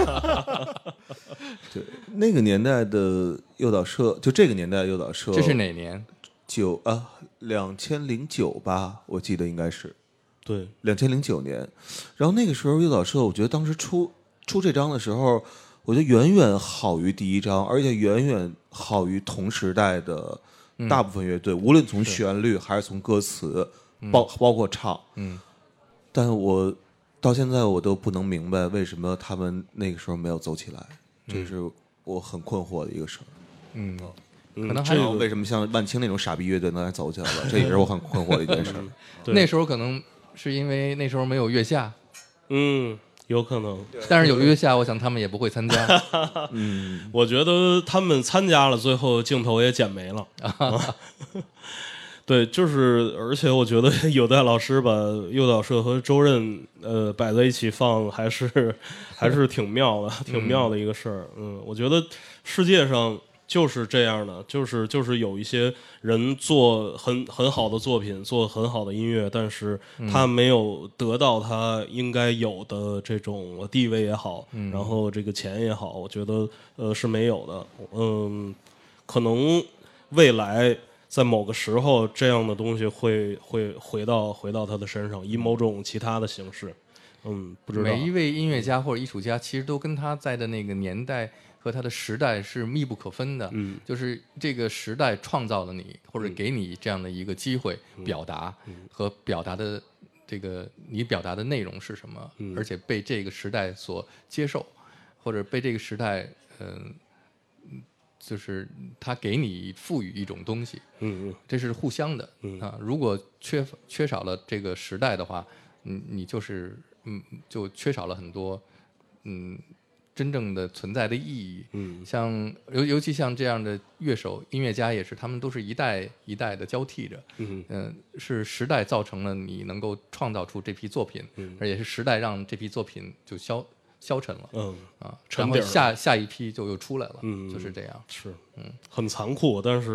B: 对，那个年代的诱导社，就这个年代的诱导社，
A: 这是哪年？
B: 九啊，两千零九吧，我记得应该是
C: 对，
B: 两千零九年。然后那个时候诱导社，我觉得当时出出这张的时候，我觉得远远好于第一张，而且远远好于同时代的大部分乐队，无论从旋律还是从歌词，包包括唱。
A: 嗯，
B: 但我到现在我都不能明白为什么他们那个时候没有走起来，这是我很困惑的一个事儿。
A: 嗯，
C: 嗯
A: 可能还有
B: 然后为什么像万青那种傻逼乐队能还走起来了，这也是我很困惑的一件事儿。
C: 对
A: 那时候可能是因为那时候没有月下，
C: 嗯，有可能。
A: 但是有月下，我想他们也不会参加。
B: 嗯，
C: 我觉得他们参加了，最后镜头也剪没了。啊对，就是，而且我觉得有代老师把诱导社和周任呃摆在一起放，还是还是挺妙的，挺妙的一个事儿。嗯，我觉得世界上就是这样的，就是就是有一些人做很很好的作品，做很好的音乐，但是他没有得到他应该有的这种地位也好，
A: 嗯
C: 然后这个钱也好，我觉得呃是没有的。嗯，可能未来在某个时候，这样的东西会会回到回到他的身上，以某种其他的形式。嗯，不知道。
A: 每一位音乐家或者艺术家，其实都跟他在的那个年代和他的时代是密不可分的。
C: 嗯，
A: 就是这个时代创造了你，或者给你这样的一个机会表达，和表达的这个你表达的内容是什么，
C: 嗯
A: 而且被这个时代所接受，或者被这个时代，嗯、就是他给你赋予一种东西，
C: 嗯
A: 这是互相的。
C: 嗯
A: 啊，如果缺缺少了这个时代的话，嗯，你就是嗯，就缺少了很多嗯真正的存在的意义。
C: 嗯
A: 像尤尤其像这样的乐手、音乐家也是，他们都是一代一代的交替着。
C: 嗯
A: 嗯、是时代造成了你能够创造出这批作品，
C: 嗯
A: 而也是时代让这批作品就消消沉了。
C: 嗯，
A: 啊，然后
C: 沉底儿了
A: 下下一批就又出来了，
C: 嗯
A: 就是这样。
C: 是，嗯，很残酷，但是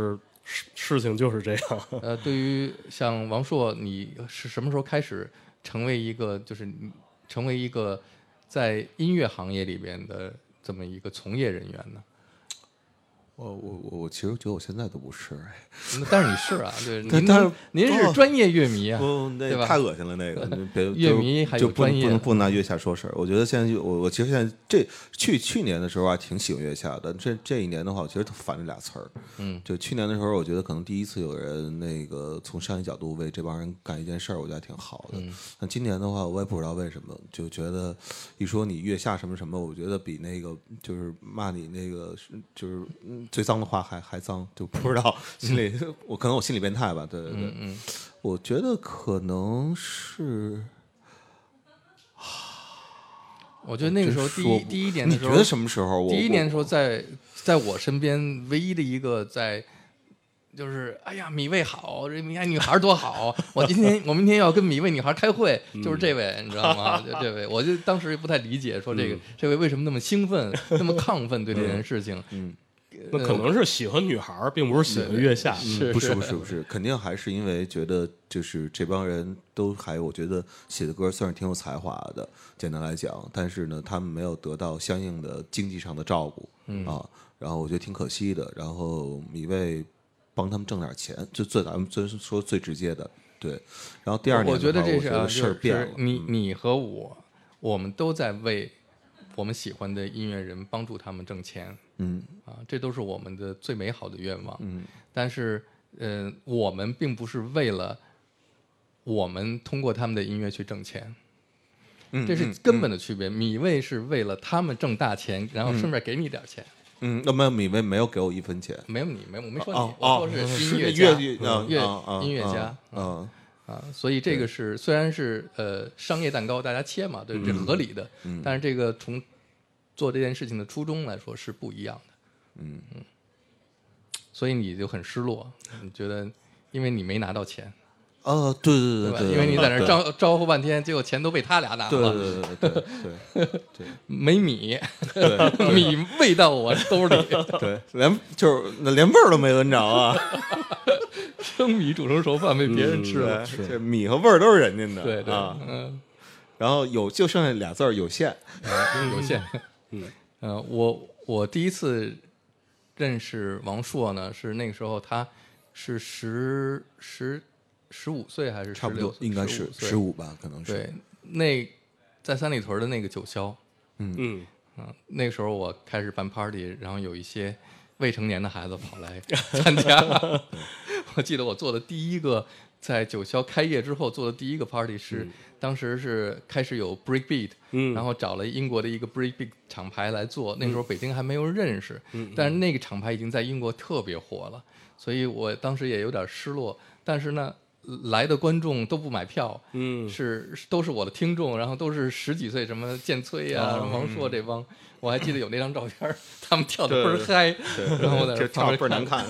C: 事事情就是这样。
A: 呃，对于像王朔，你是什么时候开始成为一个就是成为一个在音乐行业里边的这么一个从业人员呢？
B: 我我我我其实觉得我现在都不是，
A: 那但是你是啊，对，您
B: 但但是
A: 您是专业乐迷啊，
B: 不，
A: 对吧
B: 那太恶心了，那个你别
A: 乐迷还有
B: 就不能
A: 专业
B: 不能不能拿月下说事儿。我觉得现在就我我其实现在这去去年的时候啊，挺喜欢月下的。这这一年的话，我其实特烦这俩词儿。
A: 嗯，
B: 就去年的时候，我觉得可能第一次有人那个从商业角度为这帮人干一件事儿，我觉得还挺好的。
A: 嗯
B: 那今年的话，我也不知道为什么，就觉得一说你月下什么什么，我觉得比那个就是骂你那个就是嗯最脏的话还还脏，就不知道心里、我可能我心理变态吧，对对对，
A: 嗯嗯，
B: 我觉得可能是。
A: 我觉得那个时候第一
B: 真说不
A: 第一年的时候，
B: 你觉得什么时候？我
A: 第一年的时候在在我身边唯一的一个在。就是哎呀，米未好，这你看女孩多好。我今天我明天要跟米未女孩开会，就是这位，你知道吗？就这位，我就当时不太理解，说这个、
C: 嗯、
A: 这位为什么那么兴奋，那么亢奋对这件事情。
B: 嗯，
C: 那可能是喜欢女孩，并不是喜欢月下。
A: 是
B: 不是不是不是，肯定还是因为觉得就是这帮人都还，我觉得写的歌算是挺有才华的，简单来讲，但是呢，他们没有得到相应的经济上的照顾、
A: 嗯、
B: 啊，然后我觉得挺可惜的。然后米未帮他们挣点钱，就最咱们最说最直接的，对。然后第二年
A: 我觉得这是啊，
B: 事儿变了。
A: 你你和我，我们都在为我们喜欢的音乐人帮助他们挣钱，
B: 嗯
A: 啊，这都是我们的最美好的愿望。
B: 嗯，
A: 但是，呃，我们并不是为了我们通过他们的音乐去挣钱，
B: 嗯，
A: 这是根本的区别。嗯、米未是为了他们挣大钱，然后顺便给你点钱。
B: 嗯，那么米未没有给我一分钱，
A: 没有你，没有我没说你，
B: 哦、
A: 我说是音乐
B: 家，
A: 乐乐音乐家，
B: 嗯
A: 啊，所以这个是虽然是呃商业蛋糕大家切嘛，对，这合理的，
B: 嗯，
A: 但是这个从做这件事情的初衷来说是不一样的，
B: 嗯
A: 嗯，所以你就很失落，你觉得因为你没拿到钱。
B: 哦，对对
A: 对吧？
B: 对对，
A: 因为你在那招招呼半天，结果钱都被他俩拿了。
B: 对对对对对对对，
A: 没米，
B: 对
A: 米喂到我兜里，
B: 对，连就是连味儿都没闻着啊！
A: 生米煮成熟饭被别人吃了，
B: 嗯、这米和味儿都是人家的，
A: 对对，
B: 啊、
A: 嗯。
B: 然后有就剩下俩字儿有限，
A: 有限。嗯，呃，我我第一次认识王朔呢，是那个时候他是十十。十五岁还是
B: 差不多，应该是十五吧，可能是。
A: 对，那在三里屯的那个九霄，
B: 嗯
C: 嗯
A: 啊，那个时候我开始办 party， 然后有一些未成年的孩子跑来参加。我记得我做的第一个在九霄开业之后做的第一个 party 是，嗯、当时是开始有 breakbeat，
C: 嗯，
A: 然后找了英国的一个 breakbeat 厂牌来做。那时候北京还没有认识，
C: 嗯，
A: 但是那个厂牌已经在英国特别火了，所以我当时也有点失落。但是呢。来的观众都不买票，
C: 嗯，
A: 是都是我的听众，然后都是十几岁，什么建崔啊、
C: 哦、
A: 王朔这帮，嗯、我还记得有那张照片，他们跳的倍儿嗨，然后我在那
B: 跳倍儿难看。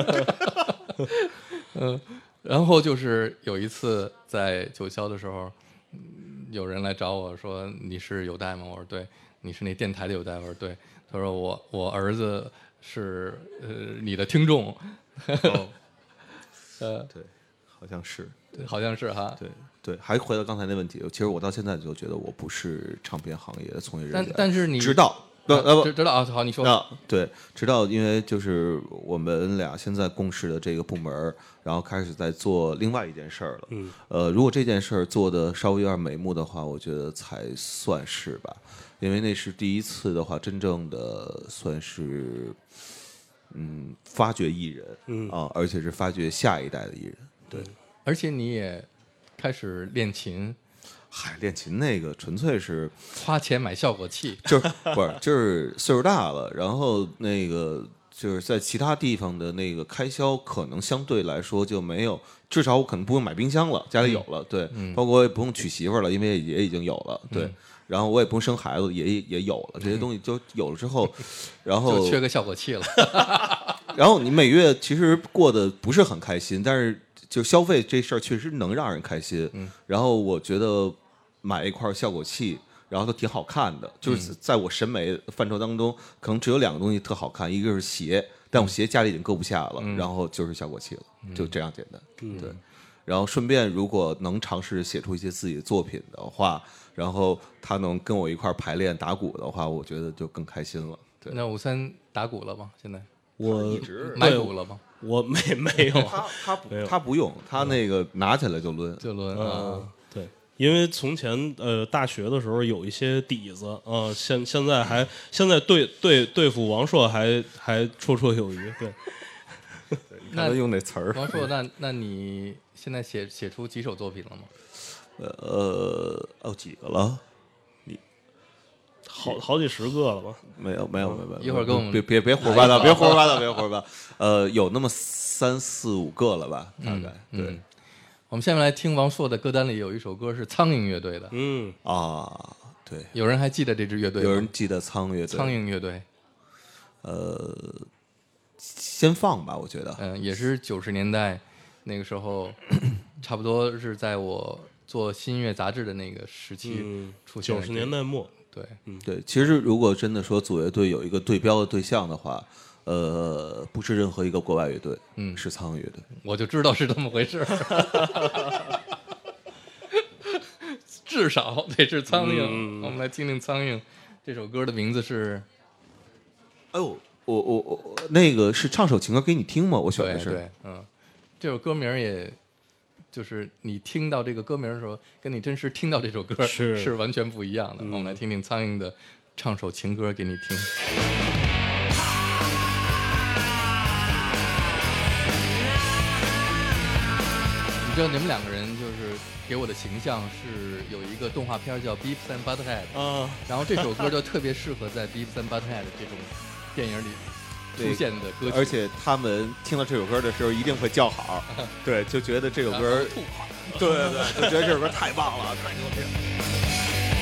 A: 嗯，然后就是有一次在九霄的时候，有人来找我说：“你是有代吗？”我说：“对。”“你是那电台的有代？”我说：“对。”他说：“我我儿子是呃你的听众。
B: 哦”
A: 呃，
B: 对。好像是，
A: 对，好像是哈，
B: 对对，还回到刚才那问题，其实我到现在就觉得我不是唱片行业的从业人员，
A: 但但是你
B: 直到
A: 不
B: 呃
A: 不知道啊，好，你说
B: 啊，对，直到因为就是我们俩现在共事的这个部门，然后开始在做另外一件事儿了，
C: 嗯，
B: 呃，如果这件事儿做的稍微有点眉目的话，我觉得才算是吧，因为那是第一次的话，真正的算是嗯发掘艺人，
C: 嗯
B: 啊，而且是发掘下一代的艺人。对，
A: 而且你也开始练琴，
B: 嗨，练琴那个纯粹是
A: 花钱买效果器，
B: 就是不是就是岁数大了，然后那个就是在其他地方的那个开销可能相对来说就没有，至少我可能不用买冰箱了，家里有了，对，
A: 嗯、
B: 包括我也不用娶媳妇了，因为也已经有了，对。
A: 嗯
B: 然后我也不用生孩子，也也有了这些东西，就有了之后，然后
A: 就缺个效果器了。
B: 然后你每月其实过得不是很开心，但是就消费这事儿确实能让人开心。
A: 嗯、
B: 然后我觉得买一块效果器，然后都挺好看的，就是在我审美范畴当中，可能只有两个东西特好看，一个是鞋但我鞋家里已经搁不下了，
A: 嗯
B: 然后就是效果器了，就这样简单。
C: 嗯
B: 对，然后顺便如果能尝试写出一些自己的作品的话，然后他能跟我一块儿排练打鼓的话，我觉得就更开心了。对，
A: 那五三打鼓了吗？现在
C: 我
B: 一直
A: 买鼓了吗？
C: 我没没有，
B: 他他不
C: 没有
B: 他不用，他那个拿起来就抡。
A: 这轮
C: 嗯
A: 啊，，
C: 对，因为从前呃大学的时候有一些底子啊、呃现现在还现在对对对付王朔还还绰绰有余，对。
B: 他用那词儿，
A: 王朔，那那你现在写写出几首作品了吗？
B: 呃，哦，几个了？
C: 好好几十个了吧？
B: 没有，没有，没有，没有。
A: 一会儿跟我们
B: 别别别胡说八道，别胡说八道，别胡说八道。呃，有那么三四五个了吧，大概。对
A: 嗯，我们下面来听王朔的歌单里有一首歌是苍蝇乐队的，
C: 嗯，
B: 啊，对，
A: 有人还记得这支乐队吗？
B: 有人记得苍乐队？
A: 苍蝇乐队，
B: 呃，先放吧，我觉得。
A: 嗯，也是九十年代那个时候，差不多是在我做新音乐杂志的那个时期
C: 嗯
A: 出现的这。
C: 九十年代末，
A: 对，
B: 对，其实如果真的说组乐队有一个对标的对象的话，呃，不是任何一个国外乐队，
A: 嗯
B: 是苍乐队。
A: 我就知道是这么回事儿。至少得是苍蝇。
C: 嗯
A: 我们来听听苍蝇这首歌的名字是，
B: 哎呦，我我我那个是唱首情歌给你听吗？我选的是。
A: 对对，嗯，这首歌名儿也。就是你听到这个歌名的时候，跟你真实听到这首歌
C: 是
A: 是完全不一样的。
C: 嗯
A: 我们来听听苍蝇的唱首情歌给你听。你知道你们两个人就是给我的形象是有一个动画片叫《Beavis and Butthead》，
C: 啊，
A: 然后这首歌就特别适合在《Beavis and Butthead》这种电影里出现的歌曲，
B: 而且他们听到这首歌的时候一定会叫好，对，就觉得这首
A: 然
B: 歌
A: 后，吐好。
B: 对对对，就觉得这首歌太棒了，太牛逼了。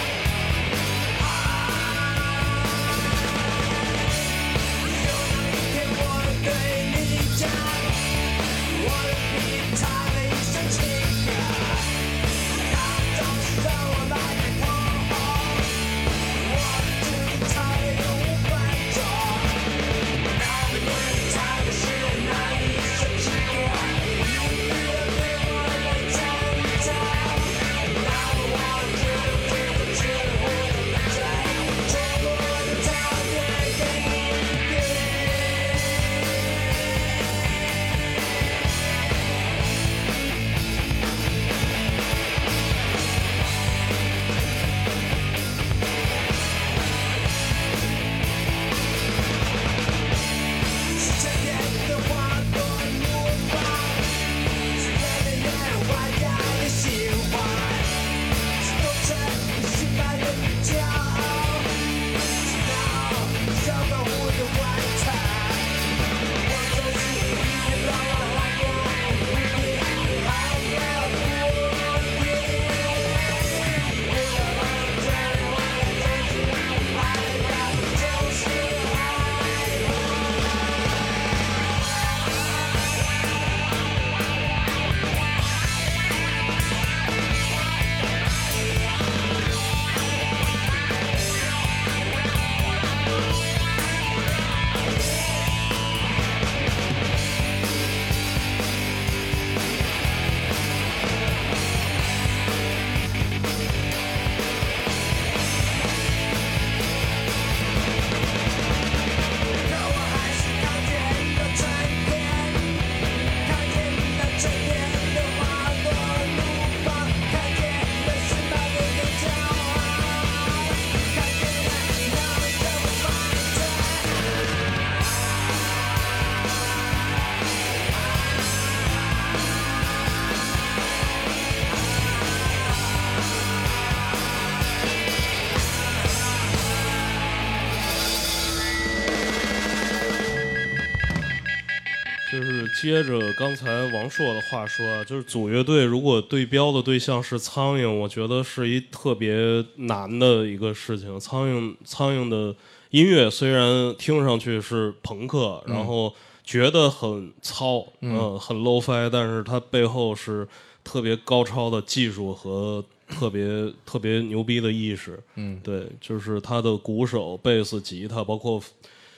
C: 就是接着刚才王朔的话说啊，就是组乐队如果对标的对象是苍蝇，我觉得是一特别难的一个事情。苍蝇苍蝇的音乐虽然听上去是朋克，
A: 嗯
C: 然后觉得很糙，
A: 嗯
C: 呃很 low-fi， 但是它背后是特别高超的技术和特别特别牛逼的意识。
A: 嗯，
C: 对，就是他的鼓手、贝斯、吉他，包括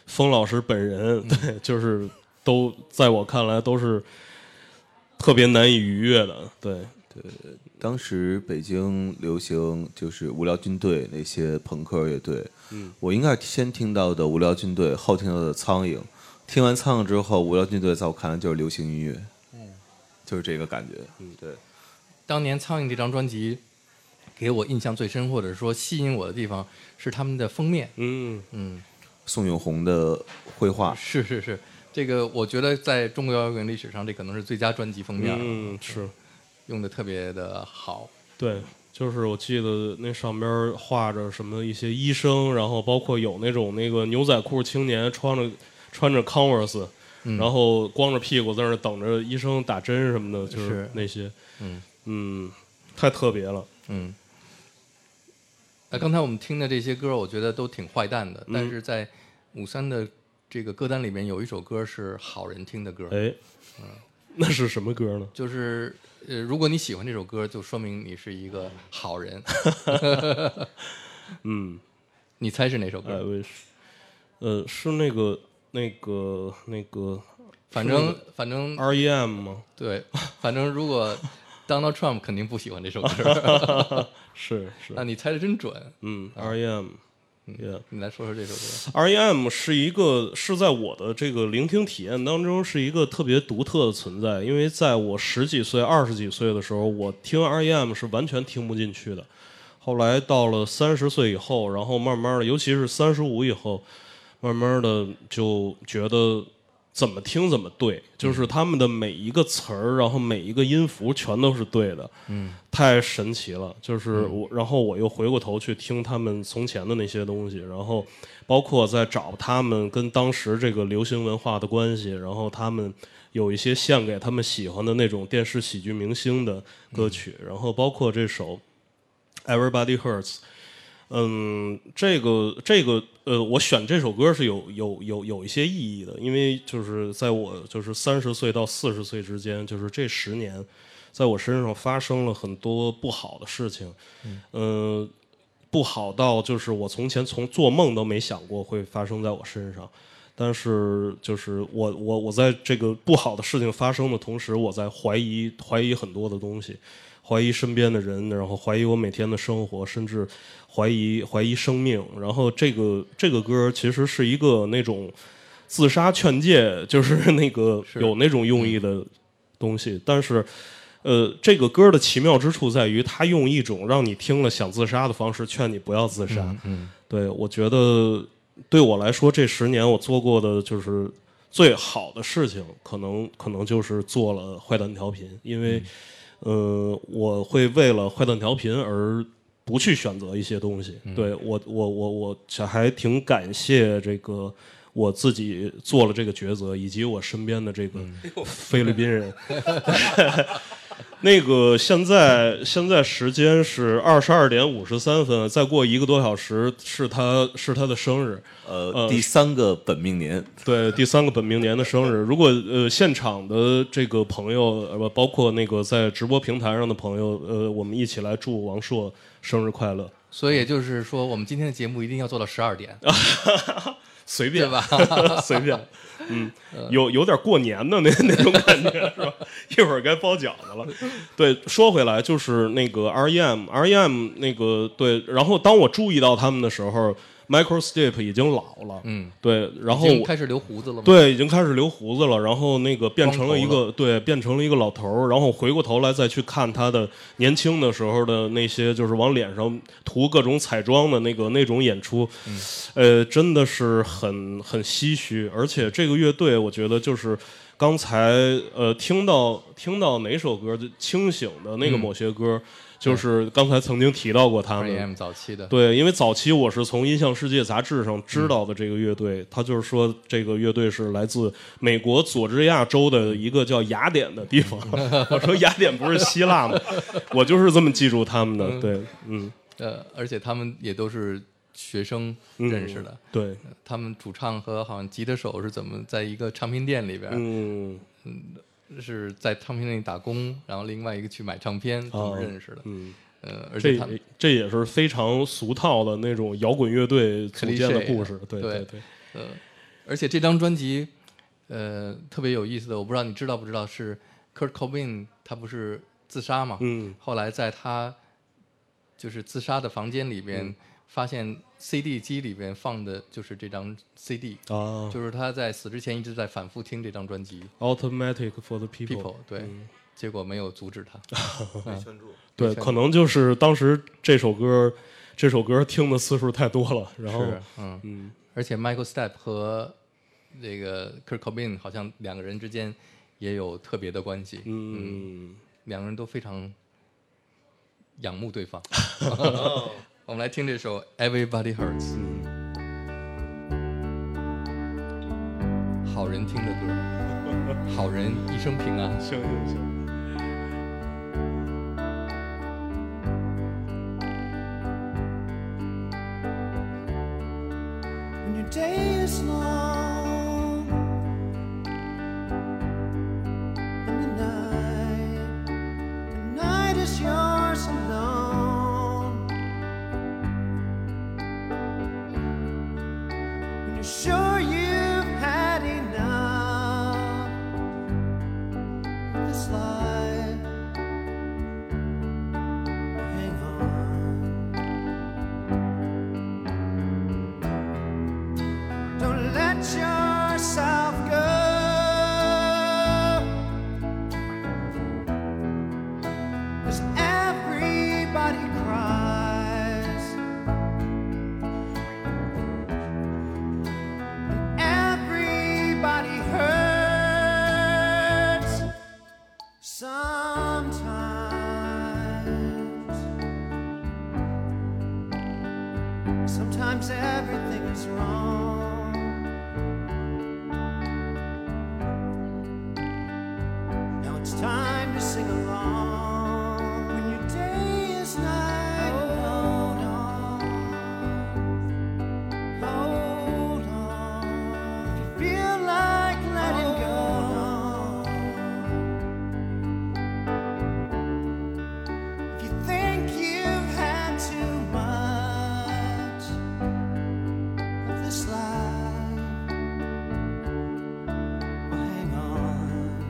C: 封老师本人，嗯、对，就是都在我看来都是特别难以逾越的，对。
B: 对，当时北京流行就是无聊军队那些朋克乐队，嗯，我应该是先听到的无聊军队，后听到的苍蝇，听完苍蝇之后，无聊军队在我看来就是流行音乐，嗯，就是这个感觉，嗯，对。
A: 当年苍蝇这张专辑给我印象最深，或者说吸引我的地方是他们的封面，
C: 嗯
A: 嗯，
B: 宋永红的绘画，
A: 是是是，这个我觉得在中国摇滚历史上，这可能是最佳专辑封面了，
C: 嗯，是。
A: 用的特别的好，
C: 对，就是我记得那上边画着什么一些医生，然后包括有那种那个牛仔裤青年穿着穿着 Converse，、嗯、然后光着屁股在那等着医生打针什么的，就是那些，
A: 嗯
C: 嗯，太特别了，
A: 嗯。那刚才我们听的这些歌，我觉得都挺坏蛋的，
C: 嗯、
A: 但是在五三的这个歌单里面有一首歌是好人听的歌，
C: 哎，嗯，那是什么歌呢？
A: 就是。呃，如果你喜欢这首歌，就说明你是一个好人。
C: 嗯，
A: 你猜是哪首歌？
C: 哎，我呃，是那个、那个、那个，
A: 反正反正
C: R E M 吗？
A: 对，反正如果 Donald Trump 肯定不喜欢这首歌。
C: 是是，
A: 那你猜的真准。
C: 嗯 ，R E M。
A: Yeah. 你来说说这首歌。
C: R E M 是一个是在我的这个聆听体验当中是一个特别独特的存在，因为在我十几岁、二十几岁的时候，我听 R E M 是完全听不进去的。后来到了三十岁以后，然后慢慢的，尤其是三十五以后，慢慢的就觉得怎么听怎么对，就是他们的每一个词儿，然后每一个音符全都是对的，嗯，太神奇了。就是我，然后我又回过头去听他们从前的那些东西，然后包括在找他们跟当时这个流行文化的关系，然后他们有一些献给他们喜欢的那种电视喜剧明星的歌曲，然后包括这首 Everybody Hurts。嗯，这个这个呃，我选这首歌是有有有有一些意义的，因为就是在我就是三十岁到四十岁之间，就是这十年，在我身上发生了很多不好的事情，嗯、呃，不好到就是我从前从做梦都没想过会发生在我身上，但是就是我我我在这个不好的事情发生的同时，我在怀疑怀疑很多的东西。怀疑身边的人，然后怀疑我每天的生活，甚至怀疑怀疑生命。然后这个这个歌其实是一个那种自杀劝诫，就是那个有那种用意的东西。但是，呃，这个歌的奇妙之处在于，它用一种让你听了想自杀的方式劝你不要自杀。
A: 嗯，嗯
C: 对，我觉得对我来说，这十年我做过的就是最好的事情，可能可能就是做了坏蛋调频，因为。嗯呃，我会为了坏蛋调频而不去选择一些东西。嗯、对我，我，我，我还挺感谢这个我自己做了这个抉择，以及我身边的这个菲律宾人。那个现在现在时间是二十二点五十三分，再过一个多小时是他是他的生日，
B: 呃，呃第三个本命年，
C: 对，第三个本命年的生日。如果呃现场的这个朋友，呃，包括那个在直播平台上的朋友，呃，我们一起来祝王朔生日快乐。
A: 所以也就是说，我们今天的节目一定要做到十二点，
C: 随便
A: 吧，
C: 随便。嗯，有有点过年的那那种感觉是吧？一会儿该包饺子了。对，说回来就是那个 R E M，R E M 那个对，然后当我注意到他们的时候 ，Michael Stipe 已经老了，
A: 嗯，
C: 对，然后
A: 已经开始留胡子了吗？
C: 对，已经开始留胡子了，然后那个变成了一个对，变成了一个老头，然后回过头来再去看他的年轻的时候的那些，就是往脸上涂各种彩妆的那个那种演出，嗯、呃，真的是很很唏嘘，而且这个乐队，我觉得就是刚才呃听到听到哪首歌就清醒的那个某些歌。嗯就是刚才曾经提到过他们
A: R E M 早期的，
C: 对，因为早期我是从《音像世界》杂志上知道的这个乐队，嗯、他就是说这个乐队是来自美国佐治亚州的一个叫雅典的地方。我说雅典不是希腊吗？我就是这么记住他们的。嗯、对，嗯，
A: 呃，而且他们也都是学生认识的。
C: 嗯、对，
A: 他们主唱和好像吉他手是怎么在一个唱片店里边，
C: 嗯
A: 嗯。是在唱片店里打工，然后另外一个去买唱片，这么认识的。
C: 嗯，
A: 呃，而且他们
C: 这也是非常俗套的那种摇滚乐队组建的故事。对
A: 对
C: 对，
A: 呃， 而且这张专辑，呃，特别有意思的，我不知道你知道不知道，是 Kurt Cobain 他不是自杀嘛？
C: 嗯，
A: 后来在他就是自杀的房间里边，
C: 嗯
A: 发现 C D 机里边放的就是这张 C D，、
C: 啊，
A: 就是他在死之前一直在反复听这张专辑
C: Automatic for the People，,
A: People， 对、
C: 嗯
A: 结果没有阻止他。
B: 没圈住。
C: 对，可能就是当时这首歌，这首歌听的次数太多了，然后
A: 是，嗯
C: 嗯，
A: 而且 Michael Stipe 和这个 Kurt Cobain 好像两个人之间也有特别的关系，
C: 嗯，
A: 两个人都非常仰慕对方。我们来听这首 Everybody Hurts，、好人听的歌，好人一生平安。
C: 行行行。
D: When your day is long and the night, the night is yours alone. When you're sure you've had enough of this life, hang on. Don't let yourself go. 'Cause everybody cries and everybody hurts sometimes. Sometimes everything is wrong. Now it's time to sing along. When your day is night, hold on, hold on. If you feel like letting go, if you think you've had too much of this life, well, hang on.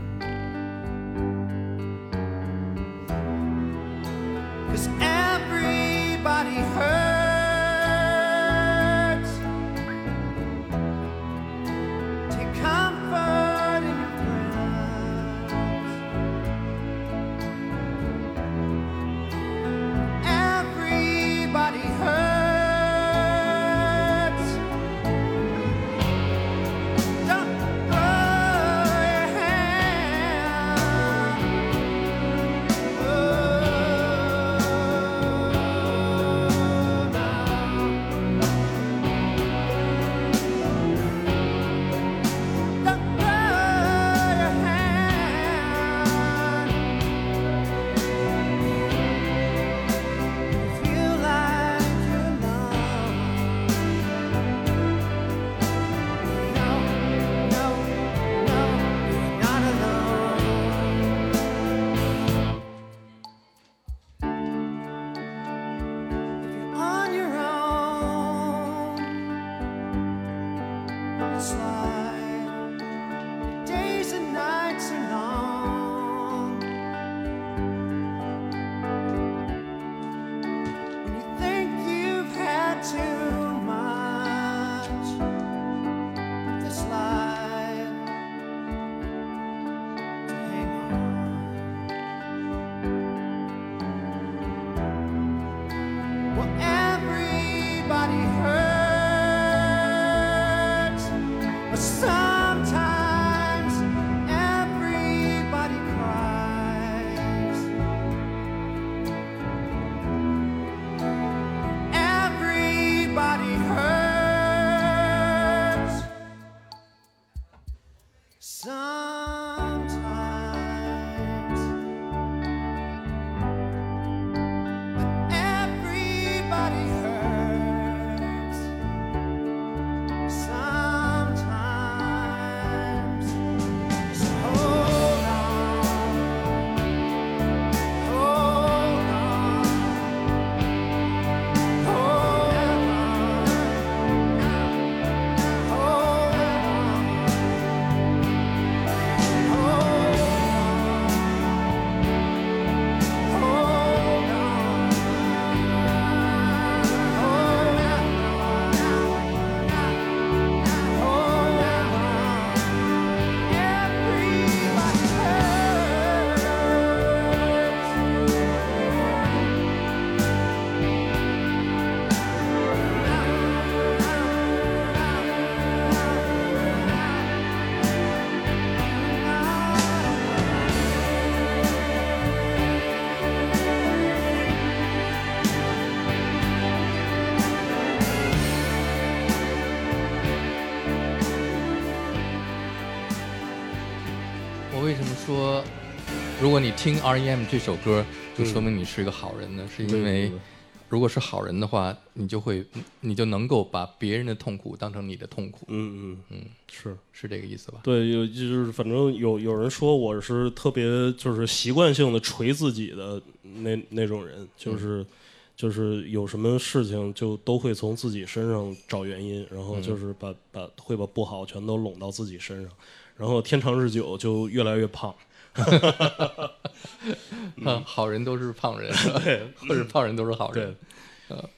D: 'Cause everybody hurts. Take comfort in your friends. Everybody hurts. Don't throw your hand. Oh.
A: 如果你听 R E M 这首歌，就说明你是一个好人呢，嗯、是因为如果是好人的话，你就会你就能够把别人的痛苦当成你的痛苦。
C: 嗯嗯
A: 嗯，
C: 是
A: 是这个意思吧？
C: 对，有就是反正有有人说我是特别就是习惯性的锤自己的那那种人，就是。嗯就是有什么事情就都会从自己身上找原因，然后就是把、嗯、把会把不好全都拢到自己身上，然后天长日久就越来越胖。
A: 嗯、好人都是胖人，或者胖人都是好人。
C: 对，呃